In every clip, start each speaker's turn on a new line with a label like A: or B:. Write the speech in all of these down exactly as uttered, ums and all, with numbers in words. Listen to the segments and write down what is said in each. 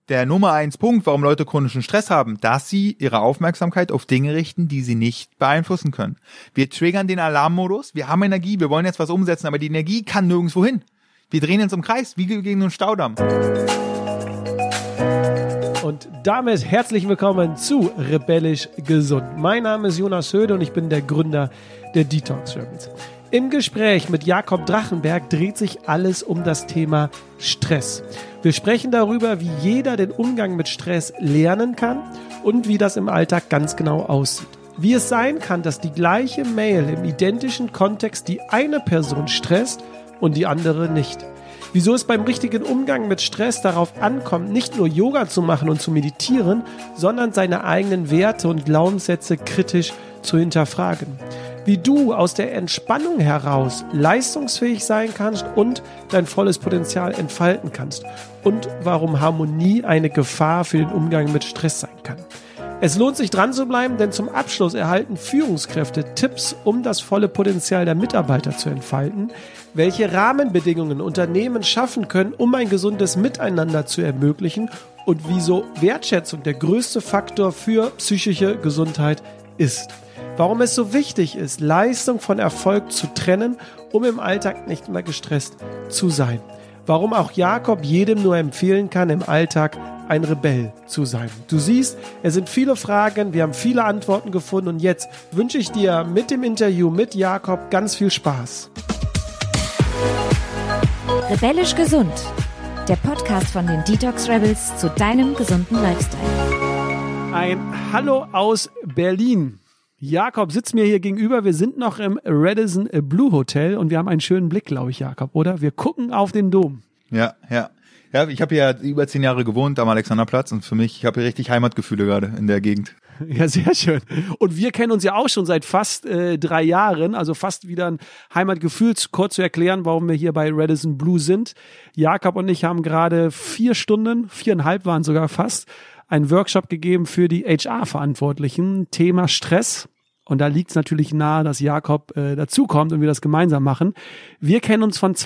A: der Nummer eins Punkt, warum Leute chronischen Stress haben, dass sie ihre Aufmerksamkeit auf Dinge richten, die sie nicht beeinflussen können. Wir triggern den Alarmmodus, wir haben Energie, wir wollen jetzt was umsetzen, aber die Energie kann nirgendwo hin. Wir drehen uns im Kreis, wie gegen einen Staudamm.
B: Und damit herzlich willkommen zu Rebellisch Gesund. Mein Name ist Jonas Höde und ich bin der Gründer der Detox Rebels. Im Gespräch mit Jakob Drachenberg dreht sich alles um das Thema Stress. Wir sprechen darüber, wie jeder den Umgang mit Stress lernen kann und wie das im Alltag ganz genau aussieht. Wie es sein kann, dass die gleiche Mail im identischen Kontext die eine Person stresst und die andere nicht. Wieso es beim richtigen Umgang mit Stress darauf ankommt, nicht nur Yoga zu machen und zu meditieren, sondern seine eigenen Werte und Glaubenssätze kritisch zu hinterfragen. Wie du aus der Entspannung heraus leistungsfähig sein kannst und dein volles Potenzial entfalten kannst. Und warum Harmonie eine Gefahr für den Umgang mit Stress sein kann. Es lohnt sich dran zu bleiben, denn zum Abschluss erhalten Führungskräfte Tipps, um das volle Potenzial der Mitarbeiter zu entfalten, welche Rahmenbedingungen Unternehmen schaffen können, um ein gesundes Miteinander zu ermöglichen und wieso Wertschätzung der größte Faktor für psychische Gesundheit ist. Warum es so wichtig ist, Leistung von Erfolg zu trennen, um im Alltag nicht mehr gestresst zu sein. Warum auch Jakob jedem nur empfehlen kann, im Alltag ein Rebell zu sein. Du siehst, es sind viele Fragen, wir haben viele Antworten gefunden und jetzt wünsche ich dir mit dem Interview mit Jakob ganz viel Spaß.
C: Rebellisch Gesund, der Podcast von den Detox Rebels zu deinem gesunden Lifestyle.
B: Ein Hallo aus Berlin. Jakob sitzt mir hier gegenüber. Wir sind noch im Radisson Blu Hotel und wir haben einen schönen Blick, glaube ich, Jakob, oder? Wir gucken auf den Dom.
A: Ja, ja. Ja, ich habe hier über zehn Jahre gewohnt am Alexanderplatz und für mich, ich habe hier richtig Heimatgefühle gerade in der Gegend.
B: Ja, sehr schön. Und wir kennen uns ja auch schon seit fast äh, drei Jahren, also fast wieder ein Heimatgefühl. Kurz zu erklären, warum wir hier bei Radisson Blu sind. Jakob und ich haben gerade vier Stunden, viereinhalb waren sogar fast, einen Workshop gegeben für die H R-Verantwortlichen, Thema Stress. Und da liegt es natürlich nahe, dass Jakob äh, dazukommt und wir das gemeinsam machen. Wir kennen uns von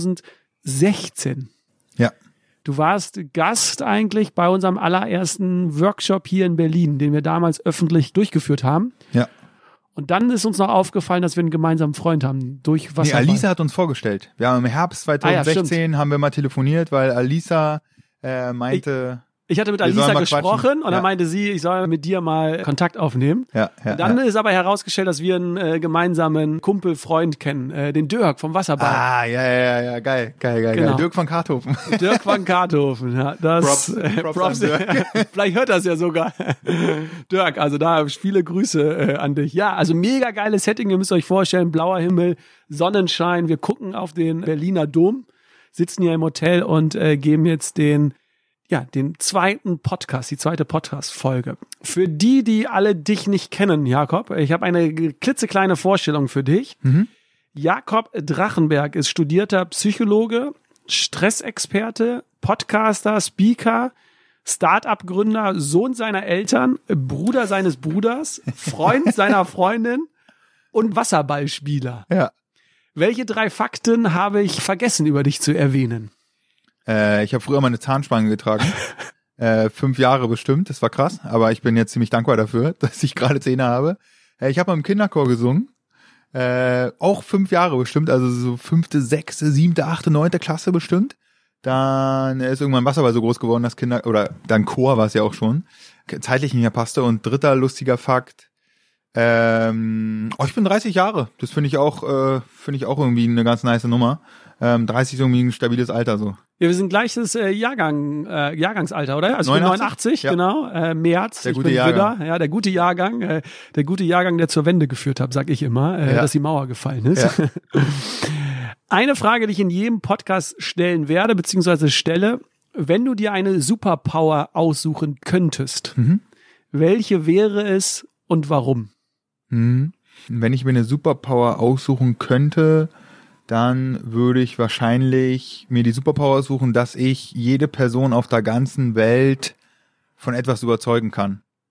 B: zweitausendsechzehn.
A: Ja.
B: Du warst Gast eigentlich bei unserem allerersten Workshop hier in Berlin, den wir damals öffentlich durchgeführt haben.
A: Ja.
B: Und dann ist uns noch aufgefallen, dass wir einen gemeinsamen Freund haben. Durch was?
A: Nee, Alisa hat uns vorgestellt. Wir haben im Herbst zweitausendsechzehn ah, ja, haben wir mal telefoniert, weil Alisa äh, meinte...
B: Ich Ich hatte mit Alisa gesprochen und ja. Dann meinte sie, ich soll mit dir mal Kontakt aufnehmen.
A: Ja, ja,
B: und dann
A: ja.
B: ist aber herausgestellt, dass wir einen äh, gemeinsamen Kumpel, Freund kennen, äh, den Dirk vom Wasserball.
A: Ah, ja, ja, ja, geil, geil, geil,
B: genau.
A: geil. Dirk von Karthofen.
B: Dirk von Karthofen, ja. Das,
A: Props,
B: äh,
A: Props,
B: Props vielleicht hört das ja sogar. Dirk, also da viele Grüße äh, an dich. Ja, also mega geiles Setting, ihr müsst euch vorstellen, blauer Himmel, Sonnenschein, wir gucken auf den Berliner Dom, sitzen hier im Hotel und äh, geben jetzt den Ja, den zweiten Podcast, die zweite Podcast-Folge. Für die, die alle dich nicht kennen, Jakob, ich habe eine klitzekleine Vorstellung für dich.
A: Mhm.
B: Jakob Drachenberg ist studierter Psychologe, Stressexperte, Podcaster, Speaker, Start-up-Gründer, Sohn seiner Eltern, Bruder seines Bruders, Freund seiner Freundin und Wasserballspieler.
A: Ja.
B: Welche drei Fakten habe ich vergessen, über dich zu erwähnen?
A: Äh, ich habe früher mal eine Zahnspange getragen. äh, fünf Jahre bestimmt, das war krass. Aber ich bin jetzt ziemlich dankbar dafür, dass ich gerade Zähne habe. Äh, ich habe mal im Kinderchor gesungen. Äh, auch fünf Jahre bestimmt, also so fünfte, sechste, siebte, achte, neunte Klasse bestimmt. Dann ist irgendwann Wasserball so groß geworden, dass Kinder, oder dann Chor war es ja auch schon, zeitlich nicht mehr passte. Und dritter lustiger Fakt, ähm, oh, ich bin dreißig Jahre. Das finde ich auch, äh, finde ich auch irgendwie eine ganz nice Nummer. Ähm, dreißig ist irgendwie ein stabiles Alter so.
B: Ja, wir sind gleiches äh, Jahrgang, äh, Jahrgangsalter, oder? Also neunundachtzig,
A: ja.
B: Genau, äh, März.
A: Der
B: ich
A: gute
B: bin
A: Jahrgang.
B: Widder, ja, der gute Jahrgang, äh, der gute Jahrgang, der zur Wende geführt hat, sag ich immer, äh,
A: ja.
B: dass die Mauer gefallen ist. Ja. Eine Frage, die ich in jedem Podcast stellen werde, beziehungsweise stelle, wenn du dir eine Superpower aussuchen könntest,
A: Mhm.
B: welche wäre es und warum?
A: Mhm. Wenn ich mir eine Superpower aussuchen könnte, dann würde ich wahrscheinlich mir die Superpower suchen, dass ich jede Person auf der ganzen Welt von etwas überzeugen kann.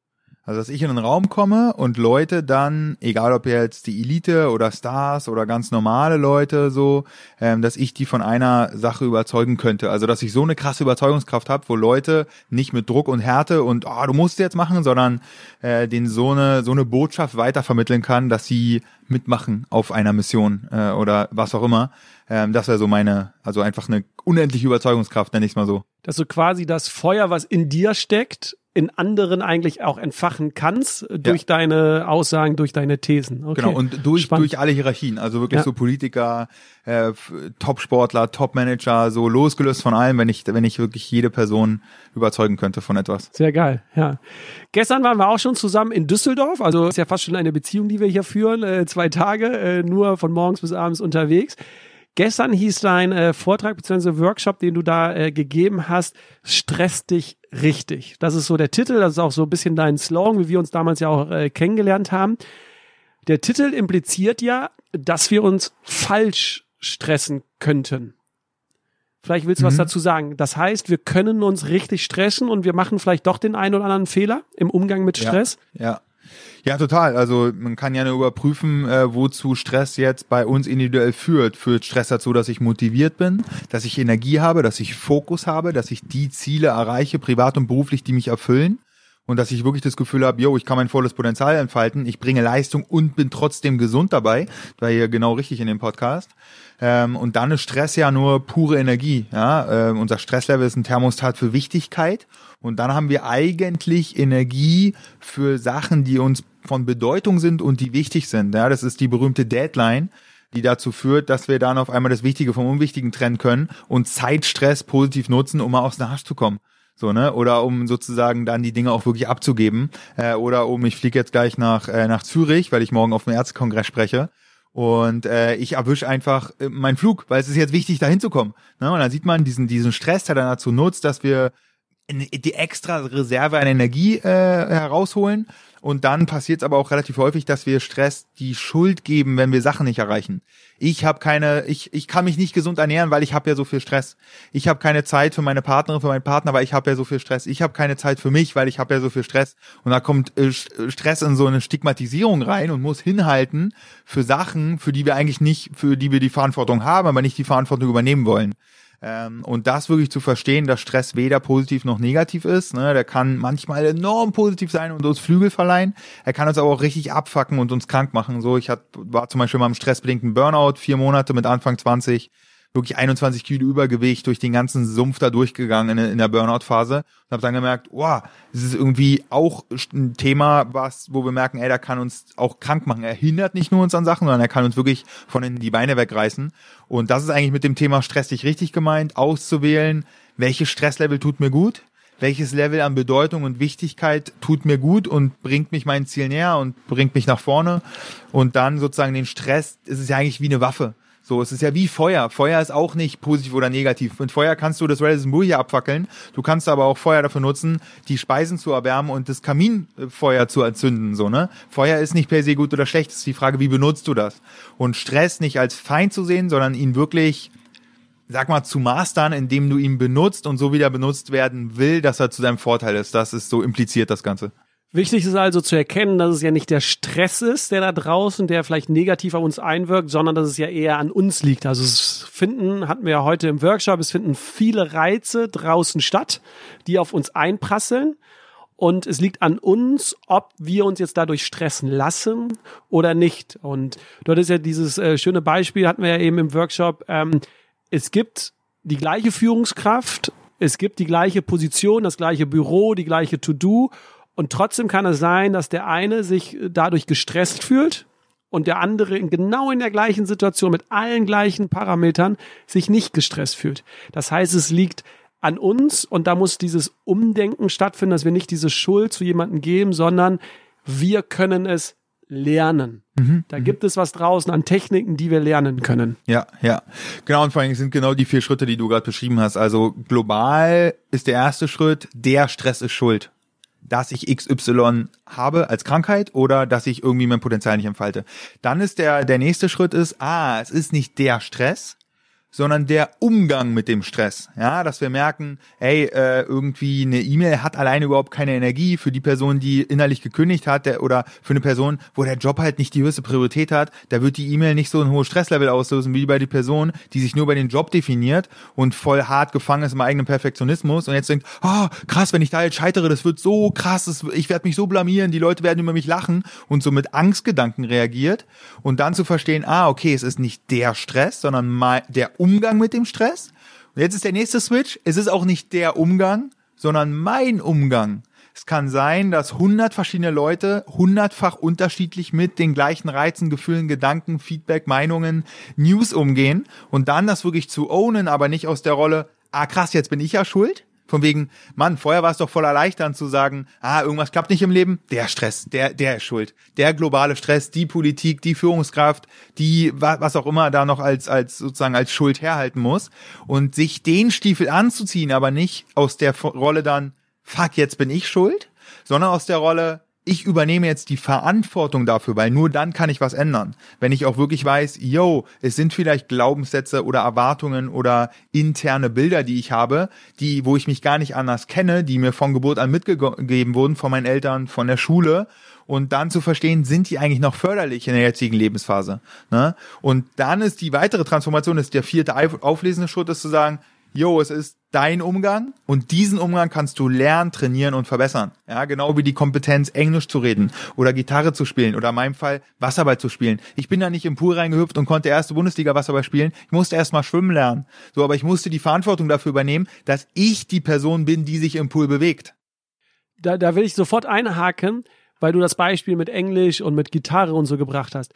A: Also, dass ich in einen Raum komme und Leute dann, egal ob jetzt die Elite oder Stars oder ganz normale Leute so, ähm, dass ich die von einer Sache überzeugen könnte. Also, dass ich so eine krasse Überzeugungskraft habe, wo Leute nicht mit Druck und Härte und oh, du musst jetzt machen, sondern äh, denen so eine so eine Botschaft weitervermitteln kann, dass sie mitmachen auf einer Mission äh, oder was auch immer. Ähm, das wäre so meine, also einfach eine unendliche Überzeugungskraft, nenne ich es mal so.
B: Dass du quasi das Feuer, was in dir steckt, in anderen eigentlich auch entfachen kannst durch ja. deine Aussagen, durch deine Thesen. Okay.
A: Genau, und durch
B: Spannend.
A: durch alle Hierarchien, also wirklich
B: Ja.
A: so Politiker, äh, Top-Sportler, Top-Manager, so losgelöst von allem, wenn ich wenn ich wirklich jede Person überzeugen könnte von etwas.
B: Sehr geil, ja. Gestern waren wir auch schon zusammen in Düsseldorf, also ist ja fast schon eine Beziehung, die wir hier führen, äh, zwei Tage, äh, nur von morgens bis abends unterwegs. Gestern hieß dein äh, Vortrag bzw. Workshop, den du da äh, gegeben hast, Stress dich richtig. Das ist so der Titel, das ist auch so ein bisschen dein Slogan, wie wir uns damals ja auch äh, kennengelernt haben. Der Titel impliziert ja, dass wir uns falsch stressen könnten. Vielleicht willst du mhm. was dazu sagen. Das heißt, wir können uns richtig stressen und wir machen vielleicht doch den einen oder anderen Fehler im Umgang mit Stress.
A: Ja, ja. Ja, total. Also man kann ja nur überprüfen, äh, wozu Stress jetzt bei uns individuell führt. Führt Stress dazu, dass ich motiviert bin, dass ich Energie habe, dass ich Fokus habe, dass ich die Ziele erreiche, privat und beruflich, die mich erfüllen und dass ich wirklich das Gefühl habe, yo, ich kann mein volles Potenzial entfalten, ich bringe Leistung und bin trotzdem gesund dabei. Das war hier genau richtig in dem Podcast. Ähm, und dann ist Stress ja nur pure Energie. Ja, ähm, unser Stresslevel ist ein Thermostat für Wichtigkeit. Und dann haben wir eigentlich Energie für Sachen, die uns von Bedeutung sind und die wichtig sind. Ja, das ist die berühmte Deadline, die dazu führt, dass wir dann auf einmal das Wichtige vom Unwichtigen trennen können und Zeitstress positiv nutzen, um mal aus dem Arsch zu kommen. So, ne? Oder um sozusagen dann die Dinge auch wirklich abzugeben. Äh, oder um, ich fliege jetzt gleich nach, äh, nach Zürich, weil ich morgen auf dem Ärztekongress spreche. Und äh, ich erwische einfach äh, meinen Flug, weil es ist jetzt wichtig, da hinzukommen. Ne? Und dann sieht man diesen, diesen Stress, der dann dazu nutzt, dass wir die extra Reserve an Energie äh, herausholen. Und dann passiert es aber auch relativ häufig, dass wir Stress die Schuld geben, wenn wir Sachen nicht erreichen. Ich habe keine, ich ich kann mich nicht gesund ernähren, weil ich habe ja so viel Stress. Ich habe keine Zeit für meine Partnerin, für meinen Partner, weil ich habe ja so viel Stress. Ich habe keine Zeit für mich, weil ich habe ja so viel Stress. Und da kommt äh, Stress in so eine Stigmatisierung rein und muss hinhalten für Sachen, für die wir eigentlich nicht, für die wir die Verantwortung haben, aber nicht die Verantwortung übernehmen wollen. Ähm, und das wirklich zu verstehen, dass Stress weder positiv noch negativ ist, ne, der kann manchmal enorm positiv sein und uns Flügel verleihen, er kann uns aber auch richtig abfacken und uns krank machen. So, ich hat, war zum Beispiel mal im stressbedingten Burnout, vier Monate mit Anfang zwanzig, wirklich einundzwanzig Kilo Übergewicht durch den ganzen Sumpf da durchgegangen in, in der Burnout-Phase und habe dann gemerkt, wow, das ist irgendwie auch ein Thema, was, wo wir merken, ey, der kann uns auch krank machen. Er hindert nicht nur uns an Sachen, sondern er kann uns wirklich von innen die Beine wegreißen. Und das ist eigentlich mit dem Thema Stress dich richtig gemeint, auszuwählen, welches Stresslevel tut mir gut, welches Level an Bedeutung und Wichtigkeit tut mir gut und bringt mich meinem Ziel näher und bringt mich nach vorne. Und dann sozusagen den Stress, es ist ja eigentlich wie eine Waffe. So, es ist ja wie Feuer. Feuer ist auch nicht positiv oder negativ. Mit Feuer kannst du das Radisson Blu hier abfackeln. Du kannst aber auch Feuer dafür nutzen, die Speisen zu erwärmen und das Kaminfeuer zu entzünden, so, ne? Feuer ist nicht per se gut oder schlecht. Es ist die Frage, wie benutzt du das? Und Stress nicht als Feind zu sehen, sondern ihn wirklich, sag mal, zu mastern, indem du ihn benutzt und so wieder benutzt werden will, dass er zu deinem Vorteil ist. Das ist so impliziert, das Ganze.
B: Wichtig ist also zu erkennen, dass es ja nicht der Stress ist, der da draußen, der vielleicht negativ auf uns einwirkt, sondern dass es ja eher an uns liegt. Also es finden, hatten wir ja heute im Workshop, es finden viele Reize draußen statt, die auf uns einprasseln. Und es liegt an uns, ob wir uns jetzt dadurch stressen lassen oder nicht. Und dort ist ja dieses äh, schöne Beispiel, hatten wir ja eben im Workshop, ähm, es gibt die gleiche Führungskraft, es gibt die gleiche Position, das gleiche Büro, die gleiche To-Do. Und trotzdem kann es sein, dass der eine sich dadurch gestresst fühlt und der andere in genau in der gleichen Situation mit allen gleichen Parametern sich nicht gestresst fühlt. Das heißt, es liegt an uns und da muss dieses Umdenken stattfinden, dass wir nicht diese Schuld zu jemandem geben, sondern wir können es lernen. Mhm. Da gibt es was draußen an Techniken, die wir lernen können.
A: Ja, ja. Genau, und vor allem sind genau die vier Schritte, die du gerade beschrieben hast. Also global ist der erste Schritt, der Stress ist schuld. Dass ich X Y habe als Krankheit oder dass ich irgendwie mein Potenzial nicht entfalte. Dann ist der der nächste Schritt ist, ah, es ist nicht der Stress, sondern der Umgang mit dem Stress. Ja, dass wir merken, hey, äh, irgendwie eine E-Mail hat alleine überhaupt keine Energie für die Person, die innerlich gekündigt hat, der, oder für eine Person, wo der Job halt nicht die höchste Priorität hat, da wird die E-Mail nicht so ein hohes Stresslevel auslösen, wie bei der Person, die sich nur über den Job definiert und voll hart gefangen ist im eigenen Perfektionismus und jetzt denkt, ah, oh, krass, wenn ich da jetzt scheitere, das wird so krass, das, ich werde mich so blamieren, die Leute werden über mich lachen und so mit Angstgedanken reagiert und dann zu verstehen, ah, okay, es ist nicht der Stress, sondern mal der Umgang mit dem Stress. Und jetzt ist der nächste Switch. Es ist auch nicht der Umgang, sondern mein Umgang. Es kann sein, dass hundert verschiedene Leute hundertfach unterschiedlich mit den gleichen Reizen, Gefühlen, Gedanken, Feedback, Meinungen, News umgehen und dann das wirklich zu ownen, aber nicht aus der Rolle, ah krass, jetzt bin ich ja schuld. Von wegen, Mann, vorher war es doch voll erleichternd zu sagen, ah, irgendwas klappt nicht im Leben, der Stress, der der ist schuld. Der globale Stress, die Politik, die Führungskraft, die, was auch immer da noch als als sozusagen als Schuld herhalten muss. Und sich den Stiefel anzuziehen, aber nicht aus der Rolle dann, fuck, jetzt bin ich schuld, sondern aus der Rolle, ich übernehme jetzt die Verantwortung dafür, weil nur dann kann ich was ändern. Wenn ich auch wirklich weiß, yo, es sind vielleicht Glaubenssätze oder Erwartungen oder interne Bilder, die ich habe, die, wo ich mich gar nicht anders kenne, die mir von Geburt an mitgegeben wurden, von meinen Eltern, von der Schule. Und dann zu verstehen, sind die eigentlich noch förderlich in der jetzigen Lebensphase? Ne? Und dann ist die weitere Transformation, das ist der vierte auflesende Schritt, ist zu sagen, jo, es ist dein Umgang und diesen Umgang kannst du lernen, trainieren und verbessern. Ja, genau wie die Kompetenz, Englisch zu reden oder Gitarre zu spielen oder in meinem Fall Wasserball zu spielen. Ich bin da nicht im Pool reingehüpft und konnte erste Bundesliga Wasserball spielen. Ich musste erst mal schwimmen lernen. So, aber ich musste die Verantwortung dafür übernehmen, dass ich die Person bin, die sich im Pool bewegt.
B: Da, da will ich sofort einhaken, weil du das Beispiel mit Englisch und mit Gitarre und so gebracht hast.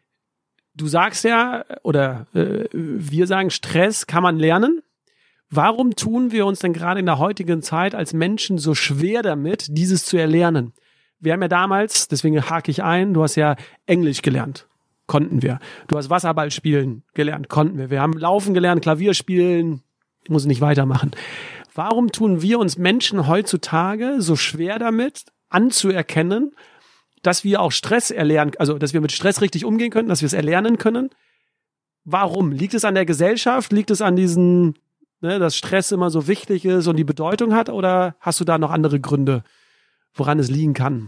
B: Du sagst ja, oder äh, wir sagen, Stress kann man lernen. Warum tun wir uns denn gerade in der heutigen Zeit als Menschen so schwer damit, dieses zu erlernen? Wir haben ja damals, deswegen hake ich ein, du hast ja Englisch gelernt. Konnten wir. Du hast Wasserball spielen gelernt. Konnten wir. Wir haben Laufen gelernt, Klavier spielen. Ich muss nicht weitermachen. Warum tun wir uns Menschen heutzutage so schwer damit, anzuerkennen, dass wir auch Stress erlernen, also dass wir mit Stress richtig umgehen können, dass wir es erlernen können? Warum? Liegt es an der Gesellschaft? Liegt es an diesen... Ne, dass Stress immer so wichtig ist und die Bedeutung hat, oder hast du da noch andere Gründe, woran es liegen kann?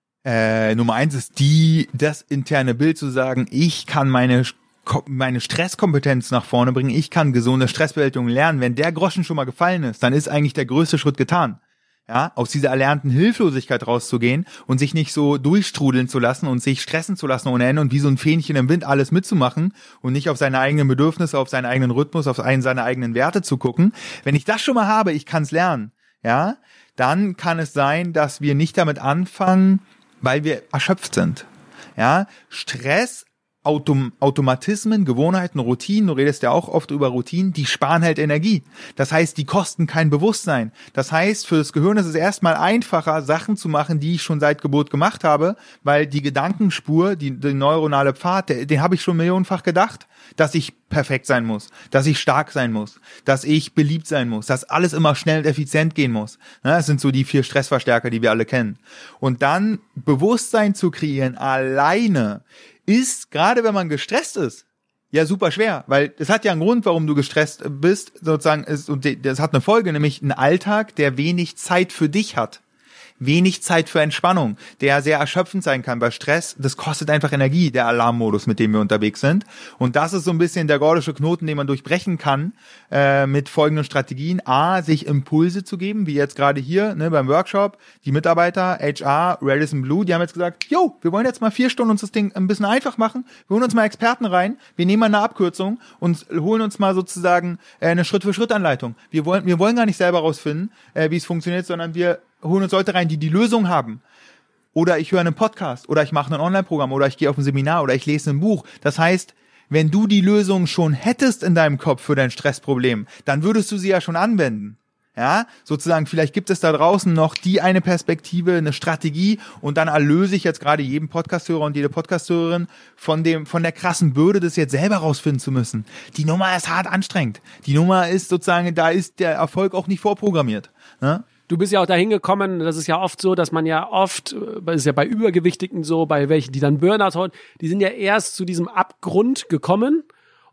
A: Äh, Nummer eins ist die, das interne Bild zu sagen, ich kann meine, meine Stresskompetenz nach vorne bringen, ich kann gesunde Stressbewältigung lernen. Wenn der Groschen schon mal gefallen ist, dann ist eigentlich der größte Schritt getan. Ja, aus dieser erlernten Hilflosigkeit rauszugehen und sich nicht so durchstrudeln zu lassen und sich stressen zu lassen ohne Ende und wie so ein Fähnchen im Wind alles mitzumachen und nicht auf seine eigenen Bedürfnisse, auf seinen eigenen Rhythmus, auf einen seine eigenen Werte zu gucken. Wenn ich das schon mal habe, ich kann es lernen, ja, dann kann es sein, dass wir nicht damit anfangen, weil wir erschöpft sind. Ja, Stress, Autom- Automatismen, Gewohnheiten, Routinen, du redest ja auch oft über Routinen, die sparen halt Energie. Das heißt, die kosten kein Bewusstsein. Das heißt, für das Gehirn ist es erstmal einfacher, Sachen zu machen, die ich schon seit Geburt gemacht habe, weil die Gedankenspur, die, die neuronale Pfad, den, den habe ich schon millionenfach gedacht, dass ich perfekt sein muss, dass ich stark sein muss, dass ich beliebt sein muss, dass alles immer schnell und effizient gehen muss. Das sind so die vier Stressverstärker, die wir alle kennen. Und dann Bewusstsein zu kreieren, alleine, ist, gerade wenn man gestresst ist, ja super schwer, weil es hat ja einen Grund, warum du gestresst bist, sozusagen, ist, und das hat eine Folge, nämlich ein Alltag, der wenig Zeit für dich hat. Wenig Zeit für Entspannung, der sehr erschöpfend sein kann bei Stress. Das kostet einfach Energie, der Alarmmodus, mit dem wir unterwegs sind. Und das ist so ein bisschen der gordische Knoten, den man durchbrechen kann äh, mit folgenden Strategien. A, sich Impulse zu geben, wie jetzt gerade hier ne, beim Workshop. Die Mitarbeiter, H R, Radisson Blue, die haben jetzt gesagt, jo, wir wollen jetzt mal vier Stunden uns das Ding ein bisschen einfach machen. Wir holen uns mal Experten rein, wir nehmen mal eine Abkürzung und holen uns mal sozusagen äh, eine Schritt-für-Schritt-Anleitung. Wir wollen, wir wollen gar nicht selber rausfinden, äh, wie es funktioniert, sondern wir holen uns Leute rein, die die Lösung haben. Oder ich höre einen Podcast oder ich mache ein Online-Programm oder ich gehe auf ein Seminar oder ich lese ein Buch. Das heißt, wenn du die Lösung schon hättest in deinem Kopf für dein Stressproblem, dann würdest du sie ja schon anwenden. Ja, sozusagen, vielleicht gibt es da draußen noch die eine Perspektive, eine Strategie und dann erlöse ich jetzt gerade jeden Podcasthörer und jede Podcasthörerin von dem, von der krassen Bürde, das jetzt selber rausfinden zu müssen. Die Nummer ist hart anstrengend. Die Nummer ist sozusagen, da ist der Erfolg auch nicht vorprogrammiert. Ne?
B: Du bist ja auch dahin gekommen, das ist ja oft so, dass man ja oft, das ist ja bei Übergewichtigen so, bei welchen, die dann Burnout haben, die sind ja erst zu diesem Abgrund gekommen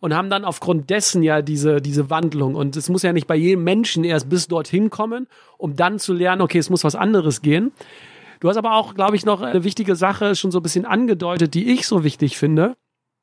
B: und haben dann aufgrund dessen ja diese, diese Wandlung. Und es muss ja nicht bei jedem Menschen erst bis dorthin kommen, um dann zu lernen, okay, es muss was anderes gehen. Du hast aber auch, glaube ich, noch eine wichtige Sache schon so ein bisschen angedeutet, die ich so wichtig finde.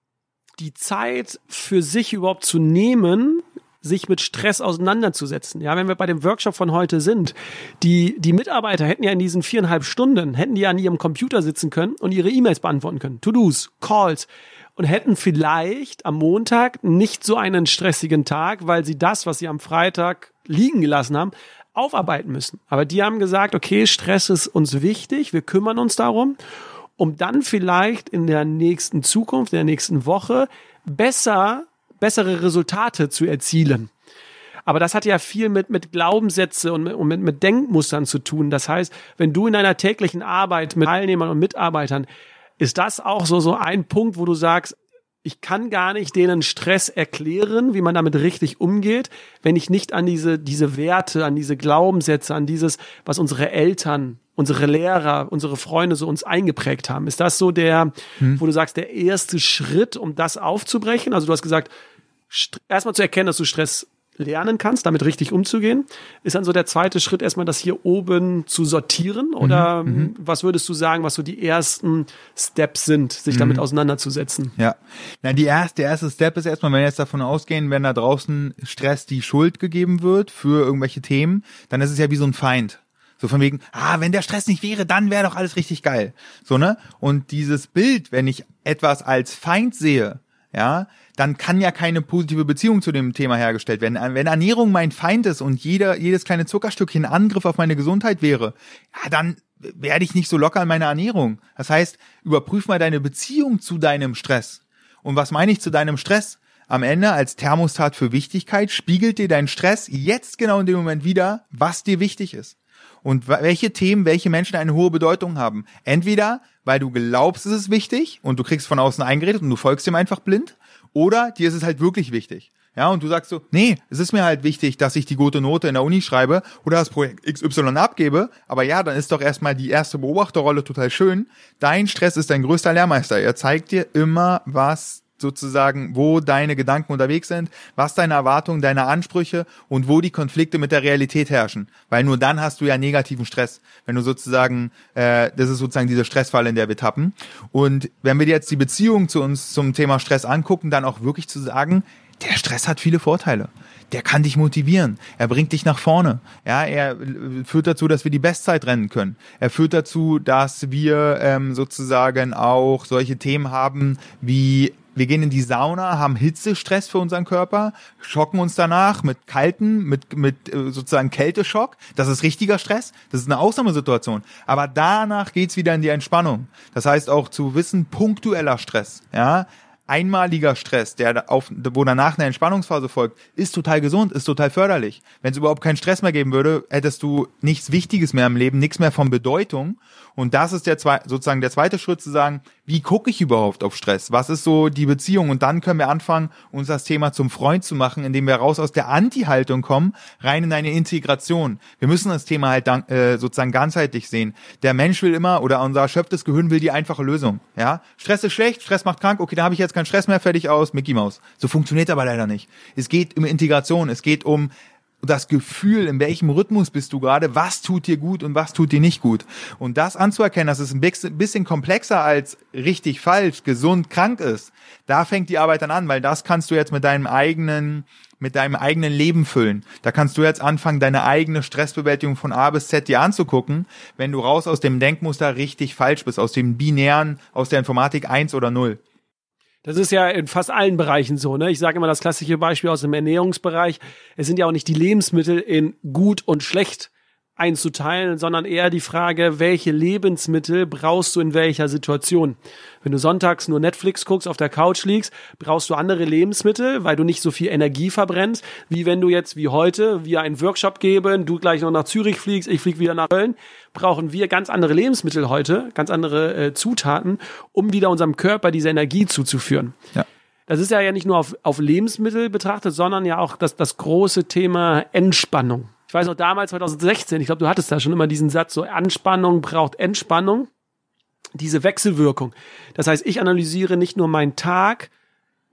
B: Die Zeit für sich überhaupt zu nehmen, sich mit Stress auseinanderzusetzen. Ja, wenn wir bei dem Workshop von heute sind, die, die Mitarbeiter hätten ja in diesen viereinhalb Stunden, hätten die an ihrem Computer sitzen können und ihre E-Mails beantworten können. To-Dos, Calls. Und hätten vielleicht am Montag nicht so einen stressigen Tag, weil sie das, was sie am Freitag liegen gelassen haben, aufarbeiten müssen. Aber die haben gesagt, okay, Stress ist uns wichtig, wir kümmern uns darum, um dann vielleicht in der nächsten Zukunft, in der nächsten Woche besser bessere Resultate zu erzielen. Aber das hat ja viel mit, mit Glaubenssätze und, mit, und mit, mit Denkmustern zu tun. Das heißt, wenn du in deiner täglichen Arbeit mit Teilnehmern und Mitarbeitern, ist das auch so, so ein Punkt, wo du sagst, ich kann gar nicht denen Stress erklären, wie man damit richtig umgeht, wenn ich nicht an diese, diese Werte, an diese Glaubenssätze, an dieses, was unsere Eltern, unsere Lehrer, unsere Freunde so uns eingeprägt haben. Ist das so der, hm. wo du sagst, der erste Schritt, um das aufzubrechen? Also du hast gesagt, erstmal zu erkennen, dass du Stress lernen kannst, damit richtig umzugehen. Ist dann so der zweite Schritt, erstmal das hier oben zu sortieren? Oder mhm, was würdest du sagen, was so die ersten Steps sind, sich damit mhm. auseinanderzusetzen?
A: Ja, na die erste, der erste Step ist erstmal, wenn wir jetzt davon ausgehen, wenn da draußen Stress die Schuld gegeben wird für irgendwelche Themen, dann ist es ja wie so ein Feind. So von wegen, ah, wenn der Stress nicht wäre, dann wäre doch alles richtig geil. So, ne? Und dieses Bild, wenn ich etwas als Feind sehe, ja, dann kann ja keine positive Beziehung zu dem Thema hergestellt werden. Wenn Ernährung mein Feind ist und jeder, jedes kleine Zuckerstückchen Angriff auf meine Gesundheit wäre, ja, dann werde ich nicht so locker in meiner Ernährung. Das heißt, überprüf mal deine Beziehung zu deinem Stress. Und was meine ich zu deinem Stress? Am Ende als Thermostat für Wichtigkeit spiegelt dir dein Stress jetzt genau in dem Moment wieder, was dir wichtig ist. Und welche Themen, welche Menschen eine hohe Bedeutung haben. Entweder, weil du glaubst, es ist wichtig und du kriegst von außen eingeredet und du folgst dem einfach blind, oder dir ist es halt wirklich wichtig. Ja, und du sagst so, nee, es ist mir halt wichtig, dass ich die gute Note in der Uni schreibe oder das Projekt X Y abgebe, aber ja, dann ist doch erstmal die erste Beobachterrolle total schön. Dein Stress ist dein größter Lehrmeister. Er zeigt dir immer, was sozusagen, wo deine Gedanken unterwegs sind, was deine Erwartungen, deine Ansprüche und wo die Konflikte mit der Realität herrschen. Weil nur dann hast du ja negativen Stress, wenn du sozusagen, äh, das ist sozusagen diese Stressfalle, in der wir tappen. Und wenn wir jetzt die Beziehung zu uns zum Thema Stress angucken, dann auch wirklich zu sagen, der Stress hat viele Vorteile. Der kann dich motivieren. Er bringt dich nach vorne. Ja, er führt dazu, dass wir die Bestzeit rennen können. Er führt dazu, dass wir ähm, sozusagen auch solche Themen haben wie wir gehen in die Sauna, haben Hitzestress für unseren Körper, schocken uns danach mit kalten, mit mit sozusagen Kälteschock. Das ist richtiger Stress. Das ist eine Ausnahmesituation. Aber danach geht's wieder in die Entspannung. Das heißt auch zu wissen, punktueller Stress, ja, einmaliger Stress, der auf, wo danach eine Entspannungsphase folgt, ist total gesund, ist total förderlich. Wenn es überhaupt keinen Stress mehr geben würde, hättest du nichts Wichtiges mehr im Leben, nichts mehr von Bedeutung. Und das ist der zwei, sozusagen der zweite Schritt, zu sagen, wie gucke ich überhaupt auf Stress? Was ist so die Beziehung? Und dann können wir anfangen, uns das Thema zum Freund zu machen, indem wir raus aus der Anti-Haltung kommen, rein in eine Integration. Wir müssen das Thema halt dann, äh, sozusagen ganzheitlich sehen. Der Mensch will immer, oder unser erschöpftes Gehirn will die einfache Lösung. Ja, Stress ist schlecht, Stress macht krank, okay, dann habe ich jetzt keinen Stress mehr, fertig aus, Mickey Mouse. So funktioniert aber leider nicht. Es geht um Integration, es geht um das Gefühl, in welchem Rhythmus bist du gerade, was tut dir gut und was tut dir nicht gut. Und das anzuerkennen, dass es ein bisschen komplexer als richtig, falsch, gesund, krank ist, da fängt die Arbeit dann an, weil das kannst du jetzt mit deinem eigenen, mit deinem eigenen Leben füllen. Da kannst du jetzt anfangen, deine eigene Stressbewältigung von A bis Z dir anzugucken, wenn du raus aus dem Denkmuster richtig falsch bist, aus dem binären, aus der Informatik eins oder null.
B: Das ist ja in fast allen Bereichen so, ne? Ich sage immer das klassische Beispiel aus dem Ernährungsbereich. Es sind ja auch nicht die Lebensmittel in gut und schlecht einzuteilen, sondern eher die Frage, welche Lebensmittel brauchst du in welcher Situation? Wenn du sonntags nur Netflix guckst, auf der Couch liegst, brauchst du andere Lebensmittel, weil du nicht so viel Energie verbrennst, wie wenn du jetzt wie heute, wir einen Workshop geben, du gleich noch nach Zürich fliegst, ich flieg wieder nach Köln, brauchen wir ganz andere Lebensmittel heute, ganz andere äh, Zutaten, um wieder unserem Körper diese Energie zuzuführen. Ja. Das ist ja, ja nicht nur auf, auf Lebensmittel betrachtet, sondern ja auch das, das große Thema Entspannung. Ich weiß noch damals, zwanzig sechzehn, ich glaube, du hattest da schon immer diesen Satz, so Anspannung braucht Entspannung, diese Wechselwirkung. Das heißt, ich analysiere nicht nur meinen Tag,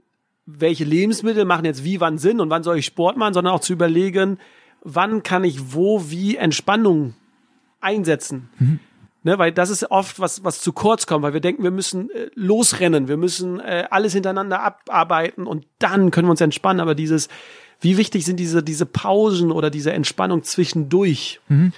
B: welche Lebensmittel machen jetzt wie, wann Sinn und wann soll ich Sport machen, sondern auch zu überlegen, wann kann ich wo, wie Entspannung einsetzen. Mhm. Ne, weil das ist oft was, was zu kurz kommt, weil wir denken, wir müssen äh, losrennen, wir müssen äh, alles hintereinander abarbeiten und dann können wir uns entspannen. Aber dieses, wie wichtig sind diese, diese Pausen oder diese Entspannung zwischendurch, mhm,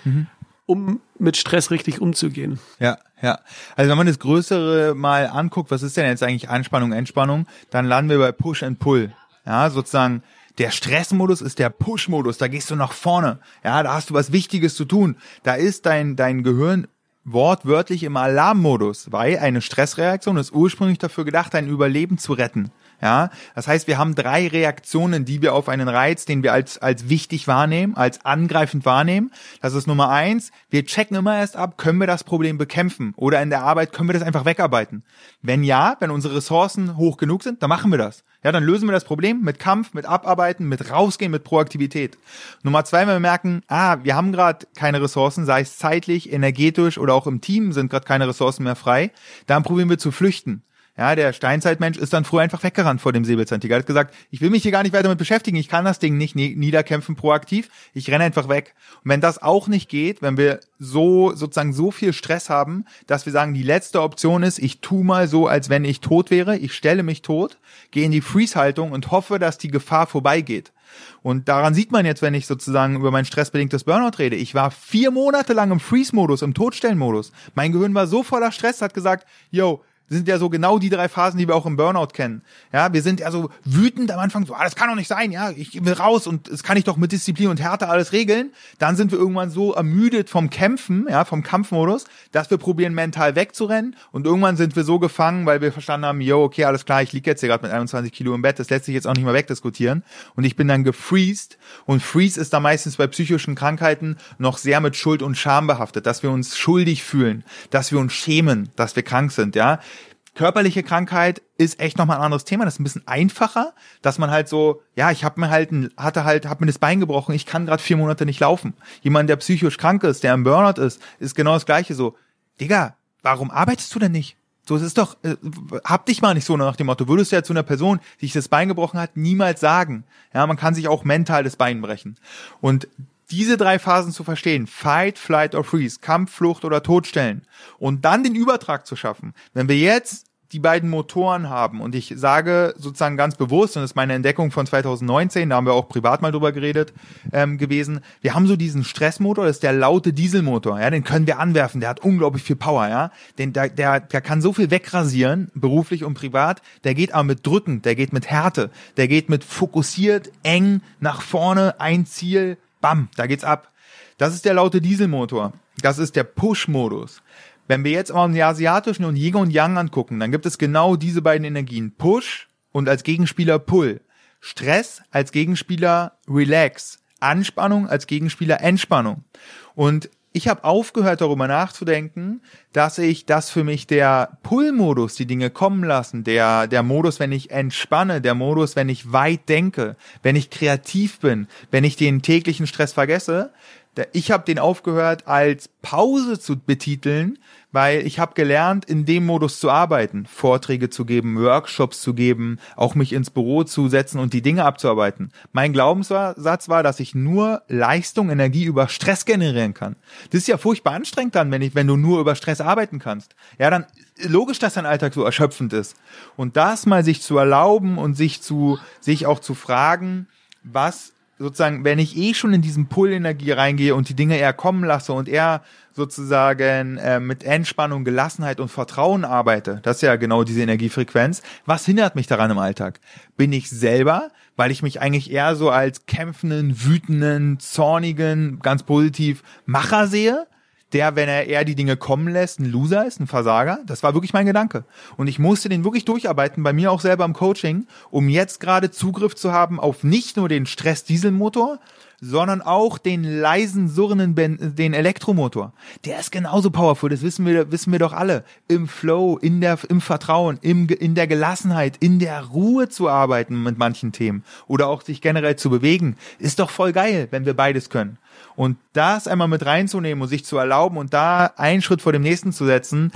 B: um mit Stress richtig umzugehen?
A: Ja, ja. Also wenn man das Größere mal anguckt, was ist denn jetzt eigentlich Anspannung, Entspannung, dann landen wir bei Push and Pull. Ja, sozusagen. Der Stressmodus ist der Push-Modus, da gehst du nach vorne. Ja, da hast du was Wichtiges zu tun. Da ist dein, dein Gehirn wortwörtlich im Alarmmodus, weil eine Stressreaktion ist ursprünglich dafür gedacht, dein Überleben zu retten. Ja, das heißt, wir haben drei Reaktionen, die wir auf einen Reiz, den wir als als wichtig wahrnehmen, als angreifend wahrnehmen. Das ist Nummer eins. Wir checken immer erst ab, können wir das Problem bekämpfen oder in der Arbeit können wir das einfach wegarbeiten. Wenn ja, wenn unsere Ressourcen hoch genug sind, dann machen wir das. Ja, dann lösen wir das Problem mit Kampf, mit Abarbeiten, mit Rausgehen, mit Proaktivität. Nummer zwei, wenn wir merken, ah, wir haben gerade keine Ressourcen, sei es zeitlich, energetisch oder auch im Team sind gerade keine Ressourcen mehr frei, dann probieren wir zu flüchten. Ja, der Steinzeitmensch ist dann früher einfach weggerannt vor dem Säbelzahntiger. Er hat gesagt, ich will mich hier gar nicht weiter damit beschäftigen, ich kann das Ding nicht niederkämpfen proaktiv, ich renne einfach weg. Und wenn das auch nicht geht, wenn wir so sozusagen so viel Stress haben, dass wir sagen, die letzte Option ist, ich tu mal so, als wenn ich tot wäre, ich stelle mich tot, gehe in die Freeze-Haltung und hoffe, dass die Gefahr vorbeigeht. Und daran sieht man jetzt, wenn ich sozusagen über mein stressbedingtes Burnout rede, ich war vier Monate lang im Freeze-Modus, im Totstellen-Modus. Mein Gehirn war so voller Stress, hat gesagt, yo, das sind ja so genau die drei Phasen, die wir auch im Burnout kennen. Ja, wir sind ja so wütend am Anfang, so, ah, das kann doch nicht sein, ja, ich will raus und das kann ich doch mit Disziplin und Härte alles regeln. Dann sind wir irgendwann so ermüdet vom Kämpfen, ja, vom Kampfmodus, dass wir probieren, mental wegzurennen und irgendwann sind wir so gefangen, weil wir verstanden haben, yo, okay, alles klar, ich liege jetzt hier gerade mit einundzwanzig Kilo im Bett, das lässt sich jetzt auch nicht mehr wegdiskutieren und ich bin dann gefreezed und Freeze ist da meistens bei psychischen Krankheiten noch sehr mit Schuld und Scham behaftet, dass wir uns schuldig fühlen, dass wir uns schämen, dass wir krank sind, ja. Körperliche Krankheit ist echt nochmal ein anderes Thema. Das ist ein bisschen einfacher, dass man halt so, ja, ich habe mir halt, ein, hatte halt, habe mir das Bein gebrochen, ich kann gerade vier Monate nicht laufen. Jemand, der psychisch krank ist, der im Burnout ist, ist genau das Gleiche. So, Digga, warum arbeitest du denn nicht? So, es ist doch, äh, hab dich mal nicht so nach dem Motto. Würdest du ja zu einer Person, die sich das Bein gebrochen hat, niemals sagen. Ja, man kann sich auch mental das Bein brechen. Und diese drei Phasen zu verstehen, Fight, Flight or Freeze, Kampf, Flucht oder Todstellen und dann den Übertrag zu schaffen. Wenn wir jetzt die beiden Motoren haben und ich sage sozusagen ganz bewusst, und das ist meine Entdeckung von zwanzig neunzehn, da haben wir auch privat mal drüber geredet ähm, gewesen, wir haben so diesen Stressmotor, das ist der laute Dieselmotor, ja, den können wir anwerfen, der hat unglaublich viel Power, ja, den, der, der, der kann so viel wegrasieren, beruflich und privat, der geht aber mit Drücken, der geht mit Härte, der geht mit fokussiert, eng, nach vorne, ein Ziel, bam, da geht's ab. Das ist der laute Dieselmotor. Das ist der Push-Modus. Wenn wir jetzt mal den asiatischen und Yin und Yang angucken, dann gibt es genau diese beiden Energien. Push und als Gegenspieler Pull. Stress als Gegenspieler Relax. Anspannung als Gegenspieler Entspannung. Und ich habe aufgehört, darüber nachzudenken, dass ich das für mich der Pull-Modus, die Dinge kommen lassen, der der Modus, wenn ich entspanne, der Modus, wenn ich weit denke, wenn ich kreativ bin, wenn ich den täglichen Stress vergesse, ich habe den aufgehört als Pause zu betiteln, weil ich habe gelernt, in dem Modus zu arbeiten, Vorträge zu geben, Workshops zu geben, auch mich ins Büro zu setzen und die Dinge abzuarbeiten. Mein Glaubenssatz war, dass ich nur Leistung, Energie über Stress generieren kann. Das ist ja furchtbar anstrengend dann, wenn ich, wenn du nur über Stress arbeiten kannst. Ja, dann logisch, dass dein Alltag so erschöpfend ist. Und das mal sich zu erlauben und sich zu, sich auch zu fragen, was sozusagen, wenn ich eh schon in diesen Pull-Energie reingehe und die Dinge eher kommen lasse und eher sozusagen äh, mit Entspannung, Gelassenheit und Vertrauen arbeite, das ist ja genau diese Energiefrequenz, was hindert mich daran im Alltag? Bin ich selber, weil ich mich eigentlich eher so als kämpfenden, wütenden, zornigen, ganz positiv Macher sehe, der, wenn er eher die Dinge kommen lässt, ein Loser ist, ein Versager. Das war wirklich mein Gedanke. Und ich musste den wirklich durcharbeiten, bei mir auch selber im Coaching, um jetzt gerade Zugriff zu haben auf nicht nur den Stress-Dieselmotor, sondern auch den leisen, surrenden, ben- den Elektromotor. Der ist genauso powerful, das wissen wir, wissen wir doch alle. Im Flow, in der, im Vertrauen, im, in der Gelassenheit, in der Ruhe zu arbeiten mit manchen Themen oder auch sich generell zu bewegen, ist doch voll geil, wenn wir beides können. Und das einmal mit reinzunehmen und sich zu erlauben und da einen Schritt vor dem nächsten zu setzen,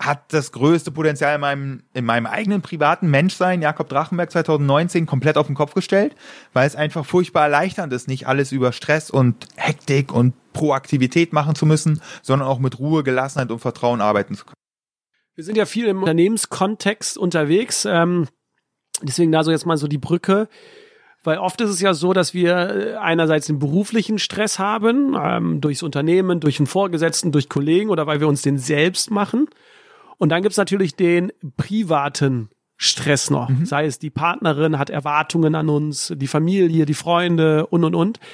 A: hat das größte Potenzial in meinem, in meinem eigenen privaten Menschsein, Jakob Drachenberg zwanzig neunzehn, komplett auf den Kopf gestellt, weil es einfach furchtbar erleichternd ist, nicht alles über Stress und Hektik und Proaktivität machen zu müssen, sondern auch mit Ruhe, Gelassenheit und Vertrauen arbeiten zu können.
B: Wir sind ja viel im Unternehmenskontext unterwegs, ähm, deswegen da so jetzt mal so die Brücke, weil oft ist es ja so, dass wir einerseits den beruflichen Stress haben, ähm, durchs Unternehmen, durch einen Vorgesetzten, durch Kollegen oder weil wir uns den selbst machen. Und dann gibt's natürlich den privaten Stress noch. Mhm. Sei es die Partnerin hat Erwartungen an uns, die Familie, die Freunde und, und, und.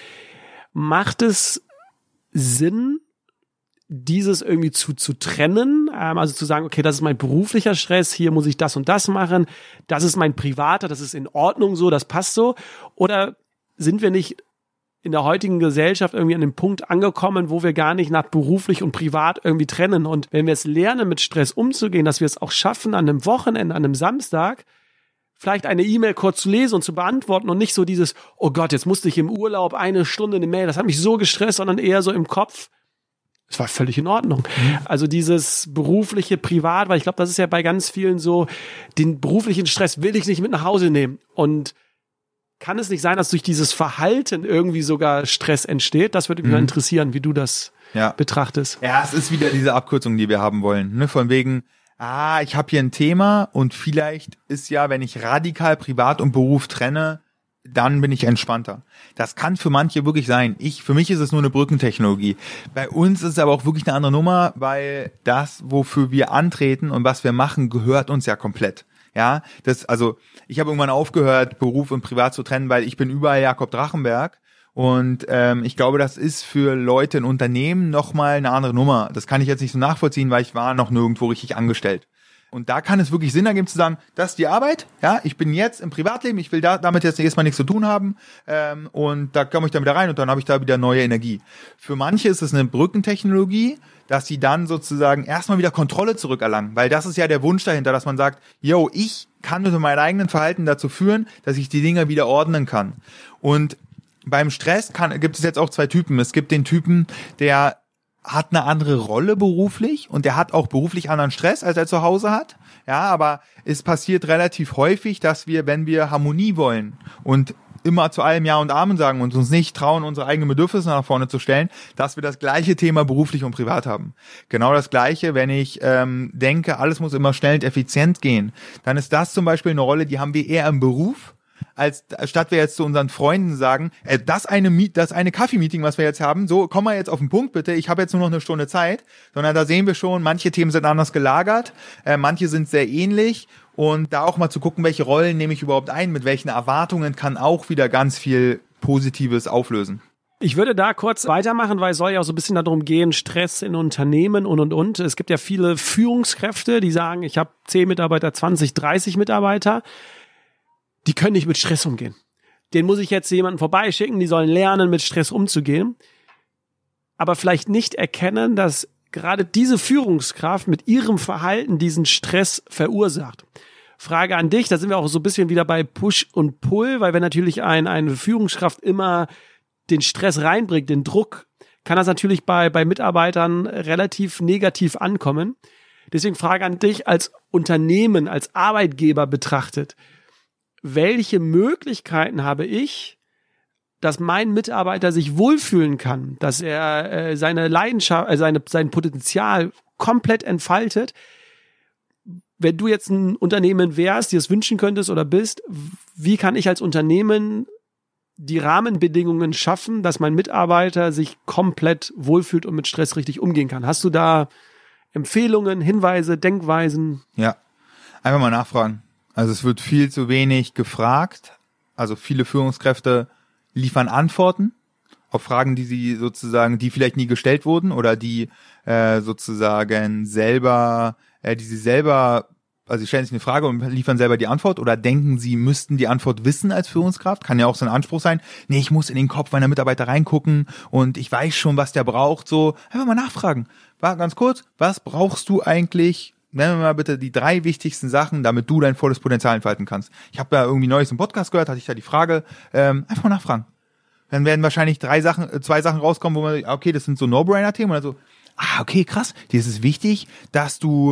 B: Macht es Sinn, dieses irgendwie zu, zu trennen? Ähm, also zu sagen, okay, das ist mein beruflicher Stress, hier muss ich das und das machen. Das ist mein privater, das ist in Ordnung so, das passt so. Oder sind wir nicht in der heutigen Gesellschaft irgendwie an dem Punkt angekommen, wo wir gar nicht nach beruflich und privat irgendwie trennen. Und wenn wir es lernen, mit Stress umzugehen, dass wir es auch schaffen, an einem Wochenende, an einem Samstag, vielleicht eine E-Mail kurz zu lesen und zu beantworten und nicht so dieses, oh Gott, jetzt musste ich im Urlaub eine Stunde eine Mail, das hat mich so gestresst, sondern eher so im Kopf, es war völlig in Ordnung. Mhm. Also dieses berufliche, privat, weil ich glaube, das ist ja bei ganz vielen so, den beruflichen Stress will ich nicht mit nach Hause nehmen. Und kann es nicht sein, dass durch dieses Verhalten irgendwie sogar Stress entsteht? Das würde mich mhm. mal interessieren, wie du das ja. betrachtest.
A: Ja, es ist wieder diese Abkürzung, die wir haben wollen. Ne? Von wegen, ah, ich habe hier ein Thema und vielleicht ist ja, wenn ich radikal Privat und Beruf trenne, dann bin ich entspannter. Das kann für manche wirklich sein. Ich, für mich ist es nur eine Brückentechnologie. Bei uns ist es aber auch wirklich eine andere Nummer, weil das, wofür wir antreten und was wir machen, gehört uns ja komplett. Ja, das, also ich habe irgendwann aufgehört, Beruf und Privat zu trennen, weil ich bin überall Jakob Drachenberg und ähm, ich glaube, das ist für Leute in Unternehmen nochmal eine andere Nummer. Das kann ich jetzt nicht so nachvollziehen, weil ich war noch nirgendwo richtig angestellt. Und da kann es wirklich Sinn ergeben zu sagen, das ist die Arbeit, ja, ich bin jetzt im Privatleben, ich will da damit jetzt erstmal nichts zu tun haben ähm, und da komme ich dann wieder rein und dann habe ich da wieder neue Energie. Für manche ist es eine Brückentechnologie, dass sie dann sozusagen erstmal wieder Kontrolle zurückerlangen, weil das ist ja der Wunsch dahinter, dass man sagt, yo, ich kann mit meinem eigenen Verhalten dazu führen, dass ich die Dinge wieder ordnen kann. Und beim Stress kann, gibt es jetzt auch zwei Typen. Es gibt den Typen, der hat eine andere Rolle beruflich und der hat auch beruflich anderen Stress, als er zu Hause hat. Ja, aber es passiert relativ häufig, dass wir, wenn wir Harmonie wollen und immer zu allem Ja und Amen sagen und uns nicht trauen, unsere eigenen Bedürfnisse nach vorne zu stellen, dass wir das gleiche Thema beruflich und privat haben. Genau das Gleiche, wenn ich ähm, denke, alles muss immer schnell und effizient gehen, dann ist das zum Beispiel eine Rolle, die haben wir eher im Beruf, als statt wir jetzt zu unseren Freunden sagen, äh, das eine Meet, das eine Kaffee-Meeting, was wir jetzt haben, so, komm mal jetzt auf den Punkt bitte, ich habe jetzt nur noch eine Stunde Zeit, sondern da sehen wir schon, manche Themen sind anders gelagert, äh, manche sind sehr ähnlich und da auch mal zu gucken, welche Rollen nehme ich überhaupt ein, mit welchen Erwartungen kann auch wieder ganz viel Positives auflösen.
B: Ich würde da kurz weitermachen, weil es soll ja auch so ein bisschen darum gehen, Stress in Unternehmen und, und, und. Es gibt ja viele Führungskräfte, die sagen, ich habe zehn Mitarbeiter, zwanzig, dreißig Mitarbeiter. Die können nicht mit Stress umgehen. Den muss ich jetzt jemanden vorbeischicken, die sollen lernen, mit Stress umzugehen. Aber vielleicht nicht erkennen, dass gerade diese Führungskraft mit ihrem Verhalten diesen Stress verursacht. Frage an dich, da sind wir auch so ein bisschen wieder bei Push und Pull, weil wenn natürlich ein, eine Führungskraft immer den Stress reinbringt, den Druck, kann das natürlich bei, bei Mitarbeitern relativ negativ ankommen. Deswegen Frage an dich als Unternehmen, als Arbeitgeber betrachtet. Welche Möglichkeiten habe ich, dass mein Mitarbeiter sich wohlfühlen kann, dass er äh, seine Leidenschaft, äh, seine, sein Potenzial komplett entfaltet? Wenn du jetzt ein Unternehmen wärst, dir es wünschen könntest oder bist, wie kann ich als Unternehmen die Rahmenbedingungen schaffen, dass mein Mitarbeiter sich komplett wohlfühlt und mit Stress richtig umgehen kann? Hast du da Empfehlungen, Hinweise, Denkweisen?
A: Ja, einfach mal nachfragen. Also es wird viel zu wenig gefragt. Also viele Führungskräfte liefern Antworten auf Fragen, die sie sozusagen, die vielleicht nie gestellt wurden oder die äh, sozusagen selber, äh, die sie selber, also sie stellen sich eine Frage und liefern selber die Antwort oder denken, sie müssten die Antwort wissen als Führungskraft. Kann ja auch so ein Anspruch sein. Nee, ich muss in den Kopf meiner Mitarbeiter reingucken und ich weiß schon, was der braucht. So, einfach mal nachfragen. War ganz kurz, was brauchst du eigentlich? Nenn mir mal bitte die drei wichtigsten Sachen, damit du dein volles Potenzial entfalten kannst. Ich habe da irgendwie neues im Podcast gehört, hatte ich da die Frage, ähm, einfach mal nachfragen. Dann werden wahrscheinlich drei Sachen, äh, zwei Sachen rauskommen, wo man, okay, das sind so No-Brainer-Themen oder so. Ah, okay, krass. Dir ist es wichtig, dass du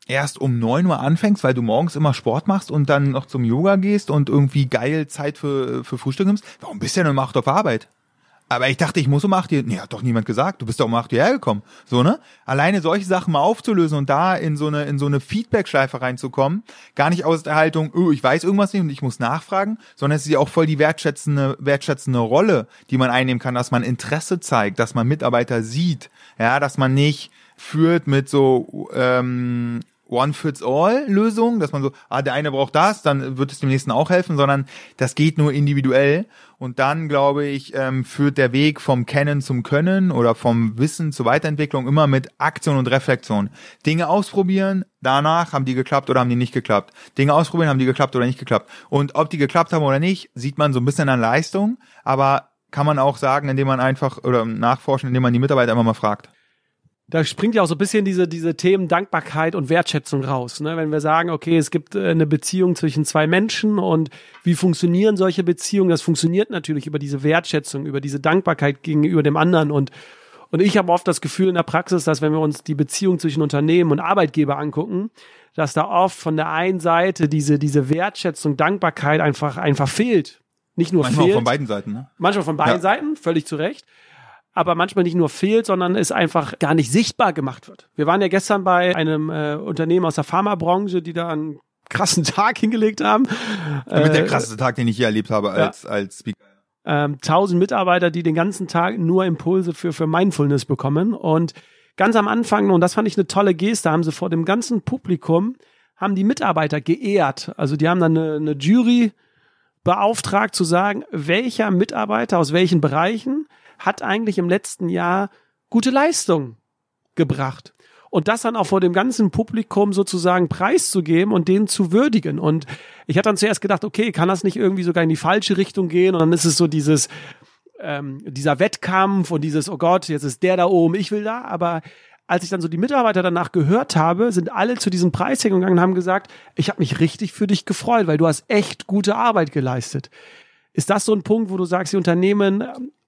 A: erst um neun Uhr anfängst, weil du morgens immer Sport machst und dann noch zum Yoga gehst und irgendwie geil Zeit für, für Frühstück nimmst, warum bist du denn um acht Uhr auf Arbeit? Aber ich dachte, ich muss um acht Uhr, nee, hat doch niemand gesagt, du bist doch um acht Uhr hergekommen. So, ne? Alleine solche Sachen mal aufzulösen und da in so eine, in so eine Feedback-Schleife reinzukommen, gar nicht aus der Haltung, oh, ich weiß irgendwas nicht und ich muss nachfragen, sondern es ist ja auch voll die wertschätzende, wertschätzende Rolle, die man einnehmen kann, dass man Interesse zeigt, dass man Mitarbeiter sieht, ja, dass man nicht führt mit so, ähm, One-Fits-All-Lösung, dass man so, ah, der eine braucht das, dann wird es dem nächsten auch helfen, sondern das geht nur individuell. Und dann, glaube ich, ähm, führt der Weg vom Kennen zum Können oder vom Wissen zur Weiterentwicklung immer mit Aktion und Reflexion. Dinge ausprobieren, danach haben die geklappt oder haben die nicht geklappt. Dinge ausprobieren, haben die geklappt oder nicht geklappt. Und ob die geklappt haben oder nicht, sieht man so ein bisschen an Leistung, aber kann man auch sagen, indem man einfach, oder nachforschen, indem man die Mitarbeiter immer mal fragt.
B: Da springt ja auch so ein bisschen diese, diese Themen Dankbarkeit und Wertschätzung raus. Ne? Wenn wir sagen, okay, es gibt äh, eine Beziehung zwischen zwei Menschen und wie funktionieren solche Beziehungen? Das funktioniert natürlich über diese Wertschätzung, über diese Dankbarkeit gegenüber dem anderen. Und, und ich habe oft das Gefühl in der Praxis, dass wenn wir uns die Beziehung zwischen Unternehmen und Arbeitgeber angucken, dass da oft von der einen Seite diese, diese Wertschätzung, Dankbarkeit einfach, einfach fehlt. Nicht nur
A: manchmal
B: fehlt.
A: Manchmal von beiden Seiten, ne?
B: Manchmal von beiden
A: ja.
B: Seiten, völlig zu Recht. Aber manchmal nicht nur fehlt, sondern es einfach gar nicht sichtbar gemacht wird. Wir waren ja gestern bei einem äh, Unternehmen aus der Pharmabranche, die da einen krassen Tag hingelegt haben.
A: Mit
B: äh,
A: der krasseste Tag, den ich je erlebt habe als, ja. als Speaker.
B: Ähm, tausend Mitarbeiter, die den ganzen Tag nur Impulse für, für Mindfulness bekommen. Und ganz am Anfang, und das fand ich eine tolle Geste, haben sie vor dem ganzen Publikum, haben die Mitarbeiter geehrt. Also die haben dann eine, eine Jury beauftragt zu sagen, welcher Mitarbeiter aus welchen Bereichen hat eigentlich im letzten Jahr gute Leistung gebracht. Und das dann auch vor dem ganzen Publikum sozusagen preiszugeben und den zu würdigen. Und ich hatte dann zuerst gedacht, okay, kann das nicht irgendwie sogar in die falsche Richtung gehen? Und dann ist es so dieses, ähm, dieser Wettkampf und dieses, oh Gott, jetzt ist der da oben, ich will da. Aber als ich dann so die Mitarbeiter danach gehört habe, sind alle zu diesem Preis hingegangen und haben gesagt, ich habe mich richtig für dich gefreut, weil du hast echt gute Arbeit geleistet. Ist das so ein Punkt, wo du sagst, die Unternehmen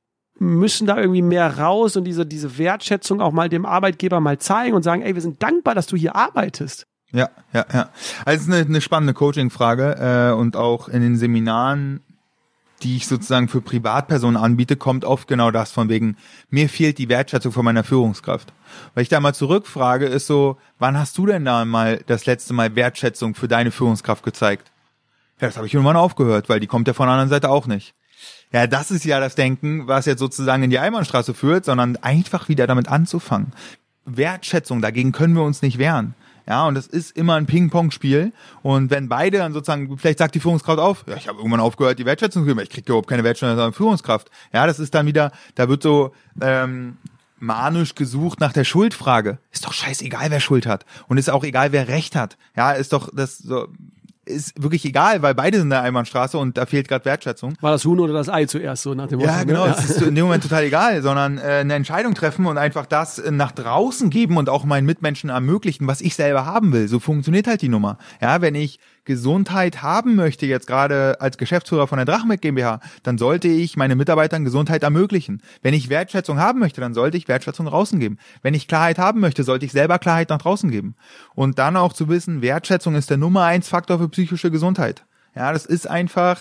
B: müssen da irgendwie mehr raus und diese, diese Wertschätzung auch mal dem Arbeitgeber mal zeigen und sagen, ey, wir sind dankbar, dass du hier arbeitest?
A: Ja, ja, ja. Also es ist eine, eine spannende Coaching-Frage äh, und auch in den Seminaren, die ich sozusagen für Privatpersonen anbiete, kommt oft genau das von wegen, mir fehlt die Wertschätzung von meiner Führungskraft. Weil ich da mal zurückfrage, ist so, wann hast du denn da mal das letzte Mal Wertschätzung für deine Führungskraft gezeigt? Ja, das habe ich irgendwann aufgehört, weil die kommt ja von der anderen Seite auch nicht. Ja, das ist ja das Denken, was jetzt sozusagen in die Einbahnstraße führt, sondern einfach wieder damit anzufangen. Wertschätzung, dagegen können wir uns nicht wehren. Ja, und das ist immer ein Ping-Pong-Spiel. Und wenn beide dann sozusagen, vielleicht sagt die Führungskraft auf, ja, ich habe irgendwann aufgehört, die Wertschätzung zu geben, ich kriege überhaupt keine Wertschätzung von der Führungskraft. Ja, das ist dann wieder, da wird so ähm, manisch gesucht nach der Schuldfrage. Ist doch scheißegal, wer Schuld hat. Und ist auch egal, wer Recht hat. Ja, ist doch das so... ist wirklich egal, weil beide sind in der Einbahnstraße und da fehlt gerade Wertschätzung.
B: War das Huhn oder das Ei zuerst so nach dem Motto?
A: Ja, genau,
B: ne?
A: es ist in dem Moment total egal, sondern äh, eine Entscheidung treffen und einfach das äh, nach draußen geben und auch meinen Mitmenschen ermöglichen, was ich selber haben will. So funktioniert halt die Nummer. Ja, wenn ich Gesundheit haben möchte, jetzt gerade als Geschäftsführer von der Drachenbeck GmbH, dann sollte ich meinen Mitarbeitern Gesundheit ermöglichen. Wenn ich Wertschätzung haben möchte, dann sollte ich Wertschätzung draußen geben. Wenn ich Klarheit haben möchte, sollte ich selber Klarheit nach draußen geben. Und dann auch zu wissen, Wertschätzung ist der Nummer eins Faktor für psychische Gesundheit. Ja, das ist einfach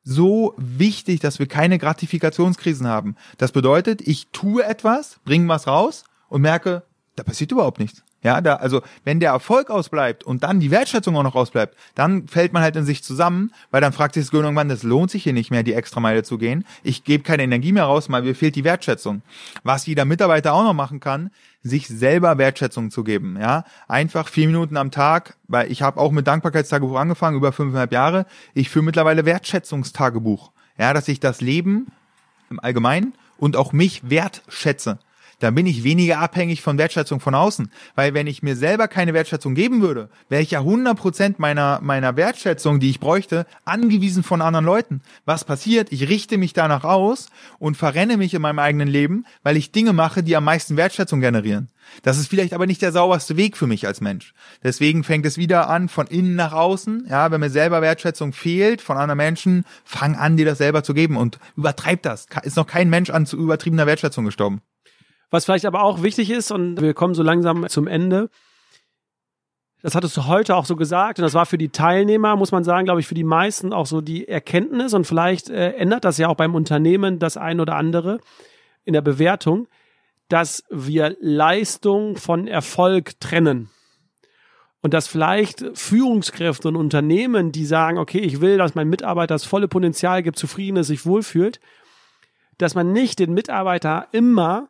A: so wichtig, dass wir keine Gratifikationskrisen haben. Das bedeutet, ich tue etwas, bringe was raus und merke, da passiert überhaupt nichts. Ja, da, also, wenn der Erfolg ausbleibt und dann die Wertschätzung auch noch ausbleibt, dann fällt man halt in sich zusammen, weil dann fragt sich das Gehirn irgendwann, das lohnt sich hier nicht mehr, die Extrameile zu gehen. Ich gebe keine Energie mehr raus, weil mir fehlt die Wertschätzung. Was jeder Mitarbeiter auch noch machen kann, sich selber Wertschätzung zu geben, ja. Einfach vier Minuten am Tag, weil ich habe auch mit Dankbarkeitstagebuch angefangen, über fünfeinhalb Jahre. Ich führe mittlerweile Wertschätzungstagebuch. Ja, dass ich das Leben im Allgemeinen und auch mich wertschätze. Dann bin ich weniger abhängig von Wertschätzung von außen. Weil wenn ich mir selber keine Wertschätzung geben würde, wäre ich ja hundert Prozent meiner, meiner Wertschätzung, die ich bräuchte, angewiesen von anderen Leuten. Was passiert? Ich richte mich danach aus und verrenne mich in meinem eigenen Leben, weil ich Dinge mache, die am meisten Wertschätzung generieren. Das ist vielleicht aber nicht der sauberste Weg für mich als Mensch. Deswegen fängt es wieder an, von innen nach außen. Ja, wenn mir selber Wertschätzung fehlt von anderen Menschen, fang an, dir das selber zu geben und übertreib das. Ist noch kein Mensch an zu übertriebener Wertschätzung gestorben.
B: Was vielleicht aber auch wichtig ist, und wir kommen so langsam zum Ende, das hattest du heute auch so gesagt, und das war für die Teilnehmer, muss man sagen, glaube ich, für die meisten auch so die Erkenntnis, und vielleicht äh, ändert das ja auch beim Unternehmen das ein oder andere in der Bewertung, dass wir Leistung von Erfolg trennen. Und dass vielleicht Führungskräfte und Unternehmen, die sagen, okay, ich will, dass mein Mitarbeiter das volle Potenzial gibt, zufrieden ist, sich wohlfühlt, dass man nicht den Mitarbeiter immer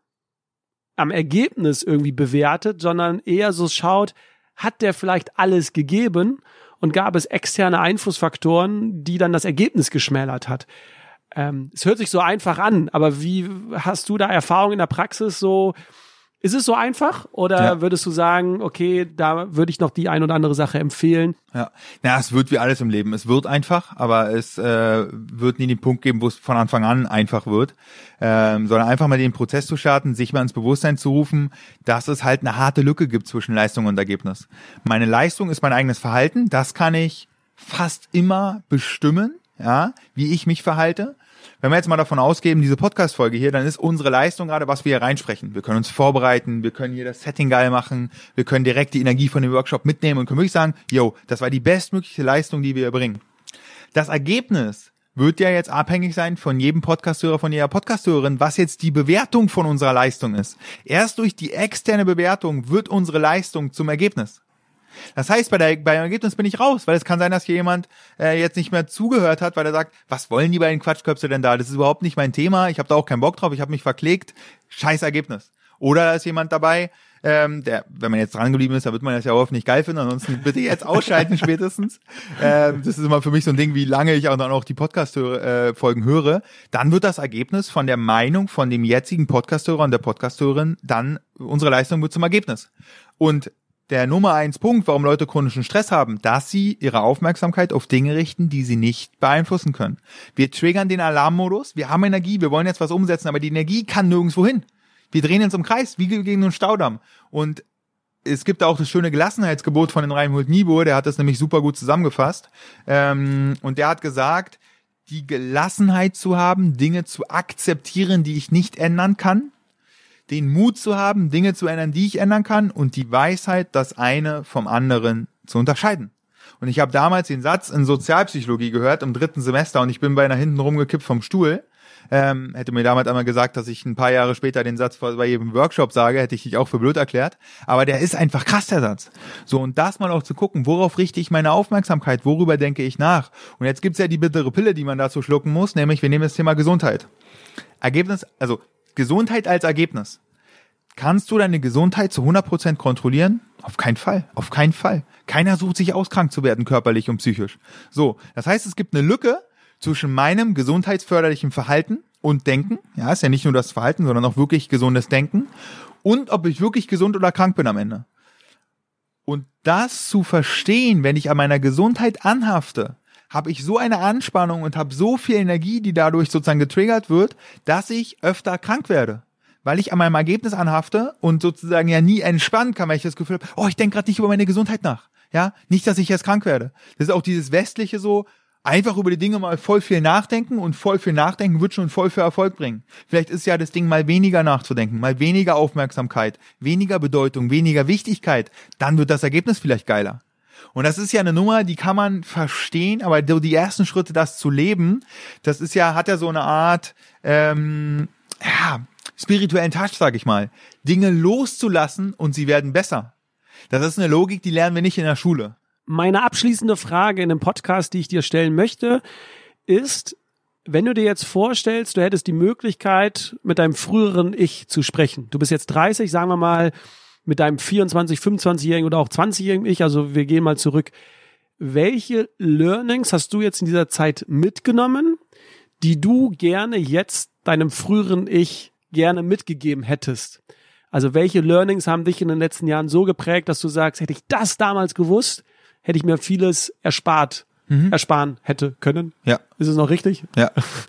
B: am Ergebnis irgendwie bewertet, sondern eher so schaut, hat der vielleicht alles gegeben und gab es externe Einflussfaktoren, die dann das Ergebnis geschmälert hat. Ähm, es hört sich so einfach an, aber wie hast du da Erfahrung in der Praxis so? Ist es so einfach oder ja. würdest du sagen, okay, da würde ich noch die ein oder andere Sache empfehlen?
A: Ja, na, es wird wie alles im Leben. Es wird einfach, aber es äh, wird nie den Punkt geben, wo es von Anfang an einfach wird, ähm, sondern einfach mal den Prozess zu starten, sich mal ins Bewusstsein zu rufen, dass es halt eine harte Lücke gibt zwischen Leistung und Ergebnis. Meine Leistung ist mein eigenes Verhalten, das kann ich fast immer bestimmen, ja, wie ich mich verhalte. Wenn wir jetzt mal davon ausgehen, diese Podcast-Folge hier, dann ist unsere Leistung gerade, was wir hier reinsprechen. Wir können uns vorbereiten, wir können hier das Setting geil machen, wir können direkt die Energie von dem Workshop mitnehmen und können wirklich sagen, yo, das war die bestmögliche Leistung, die wir hier bringen. Das Ergebnis wird ja jetzt abhängig sein von jedem Podcasthörer, von jeder Podcasthörerin, was jetzt die Bewertung von unserer Leistung ist. Erst durch die externe Bewertung wird unsere Leistung zum Ergebnis. Das heißt, bei der, beim Ergebnis bin ich raus, weil es kann sein, dass hier jemand äh, jetzt nicht mehr zugehört hat, weil er sagt, was wollen die bei den Quatschköpse denn da? Das ist überhaupt nicht mein Thema, ich habe da auch keinen Bock drauf, ich habe mich verklickt, scheiß Ergebnis. Oder da ist jemand dabei, ähm, der, wenn man jetzt dran geblieben ist, da wird man das ja hoffentlich geil finden, ansonsten bitte jetzt ausschalten spätestens. Ähm, das ist immer für mich so ein Ding, wie lange ich auch dann auch die Podcast-Folgen höre. Dann wird das Ergebnis von der Meinung von dem jetzigen Podcasthörer und der Podcasthörerin, dann unsere Leistung wird zum Ergebnis. Und der Nummer eins Punkt, warum Leute chronischen Stress haben, dass sie ihre Aufmerksamkeit auf Dinge richten, die sie nicht beeinflussen können. Wir triggern den Alarmmodus, wir haben Energie, wir wollen jetzt was umsetzen, aber die Energie kann nirgendwo hin. Wir drehen uns im Kreis, wie gegen einen Staudamm. Und es gibt auch das schöne Gelassenheitsgebot von den Reinhold Niebuhr, der hat das nämlich super gut zusammengefasst. Ähm, und der hat gesagt, die Gelassenheit zu haben, Dinge zu akzeptieren, die ich nicht ändern kann, den Mut zu haben, Dinge zu ändern, die ich ändern kann, und die Weisheit, das eine vom anderen zu unterscheiden. Und ich habe damals den Satz in Sozialpsychologie gehört, im dritten Semester, und ich bin beinahe hinten rumgekippt vom Stuhl. Ähm, hätte mir damals einmal gesagt, dass ich ein paar Jahre später den Satz bei jedem Workshop sage, hätte ich dich auch für blöd erklärt. Aber der ist einfach krass, der Satz. So, und das mal auch zu gucken, worauf richte ich meine Aufmerksamkeit, worüber denke ich nach? Und jetzt gibt's ja die bittere Pille, die man dazu schlucken muss, nämlich wir nehmen das Thema Gesundheit. Ergebnis, also Gesundheit als Ergebnis. Kannst du deine Gesundheit zu hundert Prozent kontrollieren? Auf keinen Fall, auf keinen Fall. Keiner sucht sich aus, krank zu werden, körperlich und psychisch. So, das heißt, es gibt eine Lücke zwischen meinem gesundheitsförderlichen Verhalten und Denken. Ja, ist ja nicht nur das Verhalten, sondern auch wirklich gesundes Denken. Und ob ich wirklich gesund oder krank bin am Ende. Und das zu verstehen, wenn ich an meiner Gesundheit anhafte, habe ich so eine Anspannung und habe so viel Energie, die dadurch sozusagen getriggert wird, dass ich öfter krank werde. Weil ich an meinem Ergebnis anhafte und sozusagen ja nie entspannen kann, weil ich das Gefühl habe, oh, ich denke gerade nicht über meine Gesundheit nach. Ja, nicht, dass ich jetzt krank werde. Das ist auch dieses Westliche so, einfach über die Dinge mal voll viel nachdenken, und voll viel nachdenken wird schon voll viel Erfolg bringen. Vielleicht ist ja das Ding mal weniger nachzudenken, mal weniger Aufmerksamkeit, weniger Bedeutung, weniger Wichtigkeit. Dann wird das Ergebnis vielleicht geiler. Und das ist ja eine Nummer, die kann man verstehen, aber die ersten Schritte, das zu leben, das ist ja, hat ja so eine Art, ähm, ja, spirituellen Touch, sag ich mal. Dinge loszulassen und sie werden besser. Das ist eine Logik, die lernen wir nicht in der Schule.
B: Meine abschließende Frage in dem Podcast, die ich dir stellen möchte, ist, wenn du dir jetzt vorstellst, du hättest die Möglichkeit, mit deinem früheren Ich zu sprechen. Du bist jetzt dreißig, sagen wir mal, mit deinem vierundzwanzig-, fünfundzwanzigjährigen oder auch zwanzigjährigen Ich, also wir gehen mal zurück. Welche Learnings hast du jetzt in dieser Zeit mitgenommen, die du gerne jetzt deinem früheren Ich gerne mitgegeben hättest? Also welche Learnings haben dich in den letzten Jahren so geprägt, dass du sagst, hätte ich das damals gewusst, hätte ich mir vieles erspart, mhm. ersparen hätte können?
A: Ja.
B: Ist es noch richtig?
A: Ja.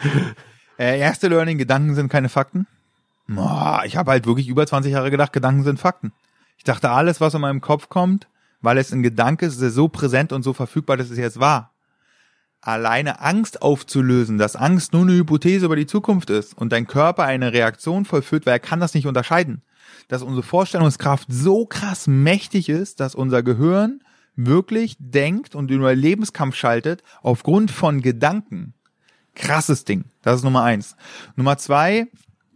A: äh, erste Learning, Gedanken sind keine Fakten. Boah, ich habe halt wirklich über zwanzig Jahre gedacht, Gedanken sind Fakten. Ich dachte, alles, was in meinem Kopf kommt, weil es ein Gedanke ist, ist so präsent und so verfügbar, dass es jetzt wahr. Alleine Angst aufzulösen, dass Angst nur eine Hypothese über die Zukunft ist und dein Körper eine Reaktion vollführt, weil er kann das nicht unterscheiden. Dass unsere Vorstellungskraft so krass mächtig ist, dass unser Gehirn wirklich denkt und über Lebenskampf schaltet aufgrund von Gedanken. Krasses Ding. Das ist Nummer eins. Nummer zwei,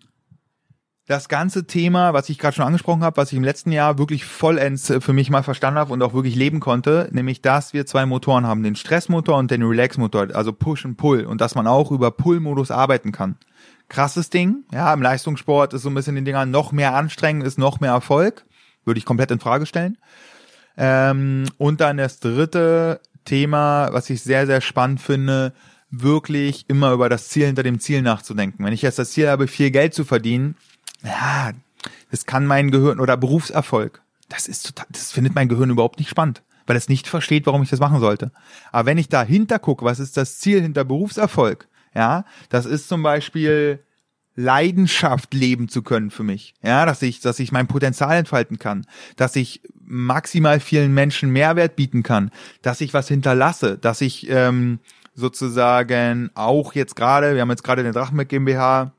A: das ganze Thema, was ich gerade schon angesprochen habe, was ich im letzten Jahr wirklich vollends für mich mal verstanden habe und auch wirklich leben konnte, nämlich, dass wir zwei Motoren haben, den Stressmotor und den Relax-Motor, also Push und Pull, und dass man auch über Pull-Modus arbeiten kann. Krasses Ding, ja, im Leistungssport ist so ein bisschen den Dingern noch mehr anstrengend, ist noch mehr Erfolg, würde ich komplett in Frage stellen. Ähm, und dann das dritte Thema, was ich sehr, sehr spannend finde, wirklich immer über das Ziel hinter dem Ziel nachzudenken. Wenn ich jetzt das Ziel habe, viel Geld zu verdienen, ja, das kann mein Gehirn, oder Berufserfolg, das ist total, das findet mein Gehirn überhaupt nicht spannend, weil es nicht versteht, warum ich das machen sollte. Aber wenn ich dahinter gucke, was ist das Ziel hinter Berufserfolg? Ja, das ist zum Beispiel Leidenschaft leben zu können für mich. Ja, dass ich, dass ich mein Potenzial entfalten kann, dass ich maximal vielen Menschen Mehrwert bieten kann, dass ich was hinterlasse, dass ich ähm, sozusagen auch jetzt gerade, wir haben jetzt gerade den Drachenberg GmbH,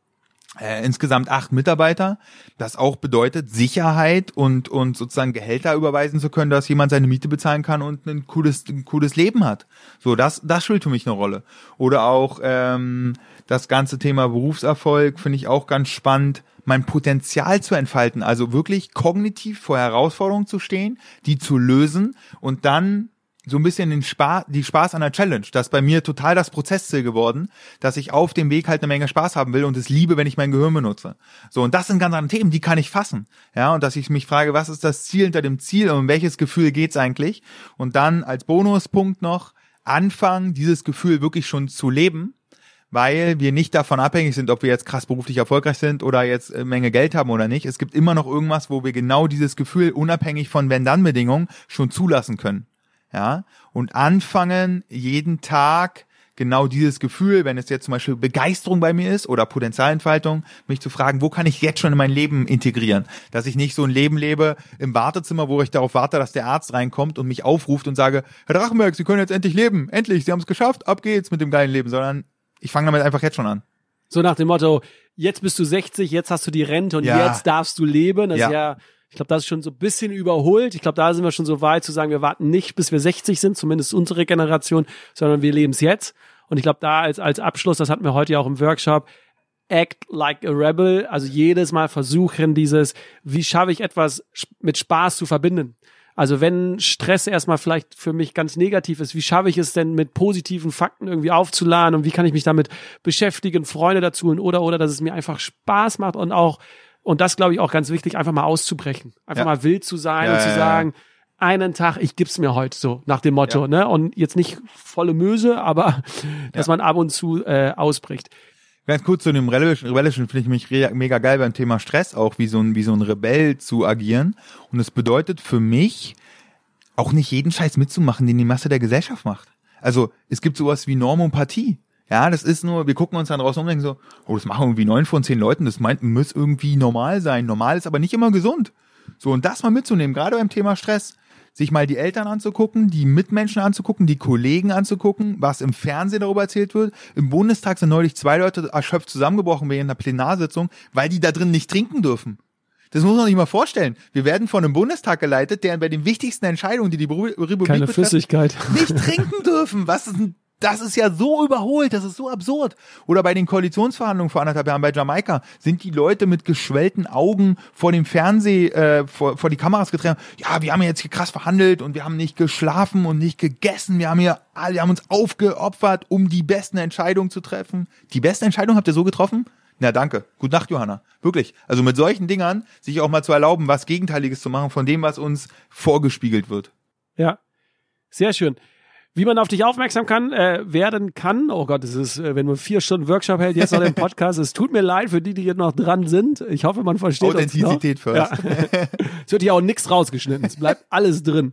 A: Äh, insgesamt acht Mitarbeiter, das auch bedeutet, Sicherheit und und sozusagen Gehälter überweisen zu können, dass jemand seine Miete bezahlen kann und ein cooles ein cooles Leben hat. So, das das spielt für mich eine Rolle. Oder auch ähm, das ganze Thema Berufserfolg finde ich auch ganz spannend, mein Potenzial zu entfalten, also wirklich kognitiv vor Herausforderungen zu stehen, die zu lösen und dann so ein bisschen den Spaß, die Spaß an der Challenge. Das ist bei mir total das Prozessziel geworden, dass ich auf dem Weg halt eine Menge Spaß haben will und es liebe, wenn ich mein Gehirn benutze. So, und das sind ganz andere Themen, die kann ich fassen. Ja, und dass ich mich frage, was ist das Ziel hinter dem Ziel und um welches Gefühl geht's eigentlich? Und dann als Bonuspunkt noch anfangen, dieses Gefühl wirklich schon zu leben, weil wir nicht davon abhängig sind, ob wir jetzt krass beruflich erfolgreich sind oder jetzt eine Menge Geld haben oder nicht. Es gibt immer noch irgendwas, wo wir genau dieses Gefühl unabhängig von Wenn-Dann-Bedingungen schon zulassen können. Ja, und anfangen, jeden Tag genau dieses Gefühl, wenn es jetzt zum Beispiel Begeisterung bei mir ist oder Potenzialentfaltung, mich zu fragen, wo kann ich jetzt schon in mein Leben integrieren? Dass ich nicht so ein Leben lebe im Wartezimmer, wo ich darauf warte, dass der Arzt reinkommt und mich aufruft und sage, Herr Drachenberg, Sie können jetzt endlich leben, endlich, Sie haben es geschafft, ab geht's mit dem geilen Leben, sondern ich fange damit einfach jetzt schon an.
B: So nach dem Motto, jetzt bist du sechzig, jetzt hast du die Rente und ja. jetzt darfst du leben. Das ja. ist ja... Ich glaube, das ist schon so ein bisschen überholt. Ich glaube, da sind wir schon so weit zu sagen, wir warten nicht, bis wir sechzig sind, zumindest unsere Generation, sondern wir leben es jetzt. Und ich glaube, da als als Abschluss, das hatten wir heute ja auch im Workshop, act like a rebel, also jedes Mal versuchen dieses, wie schaffe ich etwas mit Spaß zu verbinden. Also wenn Stress erstmal vielleicht für mich ganz negativ ist, wie schaffe ich es denn mit positiven Fakten irgendwie aufzuladen und wie kann ich mich damit beschäftigen, Freunde dazu und oder oder, dass es mir einfach Spaß macht und auch Und das, glaube ich, auch ganz wichtig, einfach mal auszubrechen. Einfach ja. mal wild zu sein ja, und zu ja, sagen, ja. einen Tag, ich gib's mir heute so, nach dem Motto. Ja. Ne? Und jetzt nicht volle Möse, aber dass ja. man ab und zu äh, ausbricht.
A: Ganz kurz zu dem Rebellischen, Rebellischen finde ich mich re- mega geil beim Thema Stress, auch wie so ein wie so ein Rebell zu agieren. Und es bedeutet für mich, auch nicht jeden Scheiß mitzumachen, den die Masse der Gesellschaft macht. Also es gibt sowas wie Normopathie. Ja, das ist nur, wir gucken uns dann draußen um und denken so, oh, das machen irgendwie neun von zehn Leuten, das meint, muss irgendwie normal sein. Normal ist aber nicht immer gesund. So, und das mal mitzunehmen, gerade beim Thema Stress, sich mal die Eltern anzugucken, die Mitmenschen anzugucken, die Kollegen anzugucken, was im Fernsehen darüber erzählt wird. Im Bundestag sind neulich zwei Leute erschöpft zusammengebrochen während einer Plenarsitzung, weil die da drin nicht trinken dürfen. Das muss man sich mal vorstellen. Wir werden von einem Bundestag geleitet, der bei den wichtigsten Entscheidungen, die die Republik
B: Keine
A: betreffen,
B: Flüssigkeit.
A: nicht trinken dürfen. Was ist ein Das ist ja so überholt, das ist so absurd. Oder bei den Koalitionsverhandlungen vor anderthalb Jahren bei Jamaika sind die Leute mit geschwellten Augen vor dem Fernseh, äh, vor, vor die Kameras getreten. Ja, wir haben jetzt hier krass verhandelt und wir haben nicht geschlafen und nicht gegessen. Wir haben hier, wir haben uns aufgeopfert, um die besten Entscheidungen zu treffen. Die beste Entscheidung habt ihr so getroffen? Na, danke. Gute Nacht, Johanna. Wirklich. Also mit solchen Dingern sich auch mal zu erlauben, was Gegenteiliges zu machen von dem, was uns vorgespiegelt wird.
B: Ja, sehr schön. Wie man auf dich aufmerksam kann, äh, werden kann, oh Gott, es ist, äh, wenn man vier Stunden Workshop hält, jetzt noch den Podcast, es tut mir leid für die, die jetzt noch dran sind. Ich hoffe, man versteht
A: Authentizität
B: uns noch.
A: first.
B: Ja. Es wird hier auch nichts rausgeschnitten, es bleibt alles drin.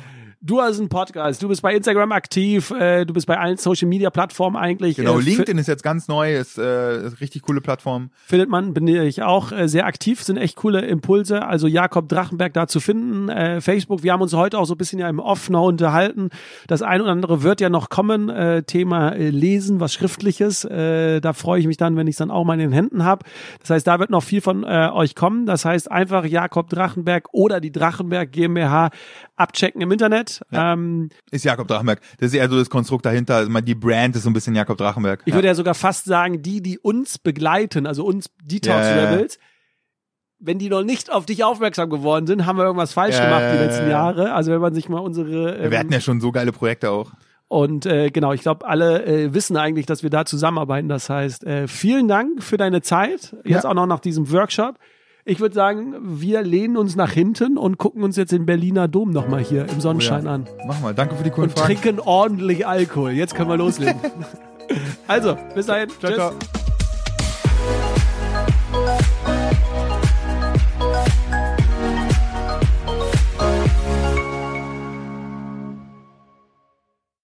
B: Du hast einen Podcast, du bist bei Instagram aktiv, äh, du bist bei allen Social-Media-Plattformen eigentlich.
A: Genau,
B: äh,
A: LinkedIn ist jetzt ganz neu, ist, äh, ist richtig coole Plattform.
B: Findet man, bin ich auch äh, sehr aktiv, sind echt coole Impulse, also Jakob Drachenberg da zu finden. Äh, Facebook, wir haben uns heute auch so ein bisschen ja im Off noch unterhalten. Das ein oder andere wird ja noch kommen, äh, Thema äh, Lesen, was Schriftliches. Äh, da freue ich mich dann, wenn ich es dann auch mal in den Händen habe. Das heißt, da wird noch viel von äh, euch kommen. Das heißt, einfach Jakob Drachenberg oder die Drachenberg GmbH abchecken im Internet. sind.
A: Ja.
B: Ähm,
A: ist Jakob Drachenberg. Das ist eher so das Konstrukt dahinter. Also die Brand ist so ein bisschen Jakob Drachenberg.
B: ich
A: ja.
B: würde ja sogar fast sagen, die, die uns begleiten, also uns Detox
A: Ja, ja, ja.
B: Rebels, wenn die noch nicht auf dich aufmerksam geworden sind, haben wir irgendwas falsch
A: Ja,
B: gemacht die
A: ja,
B: letzten
A: ja.
B: Jahre. Also wenn man sich mal unsere... Ähm,
A: Wir hatten ja schon so geile Projekte auch.
B: Und äh, genau, ich glaube, alle äh, wissen eigentlich, dass wir da zusammenarbeiten. Das heißt, äh, vielen Dank für deine Zeit, jetzt
A: Ja.
B: auch noch nach diesem Workshop. Ich würde sagen, wir lehnen uns nach hinten und gucken uns jetzt den Berliner Dom nochmal hier im Sonnenschein
A: Oh ja.
B: an.
A: Mach mal. Danke für die coolen
B: Und
A: Fragen.
B: trinken ordentlich Alkohol. Jetzt können wir loslegen. Also, bis dahin.
A: Ciao,
B: Tschüss.
A: ciao.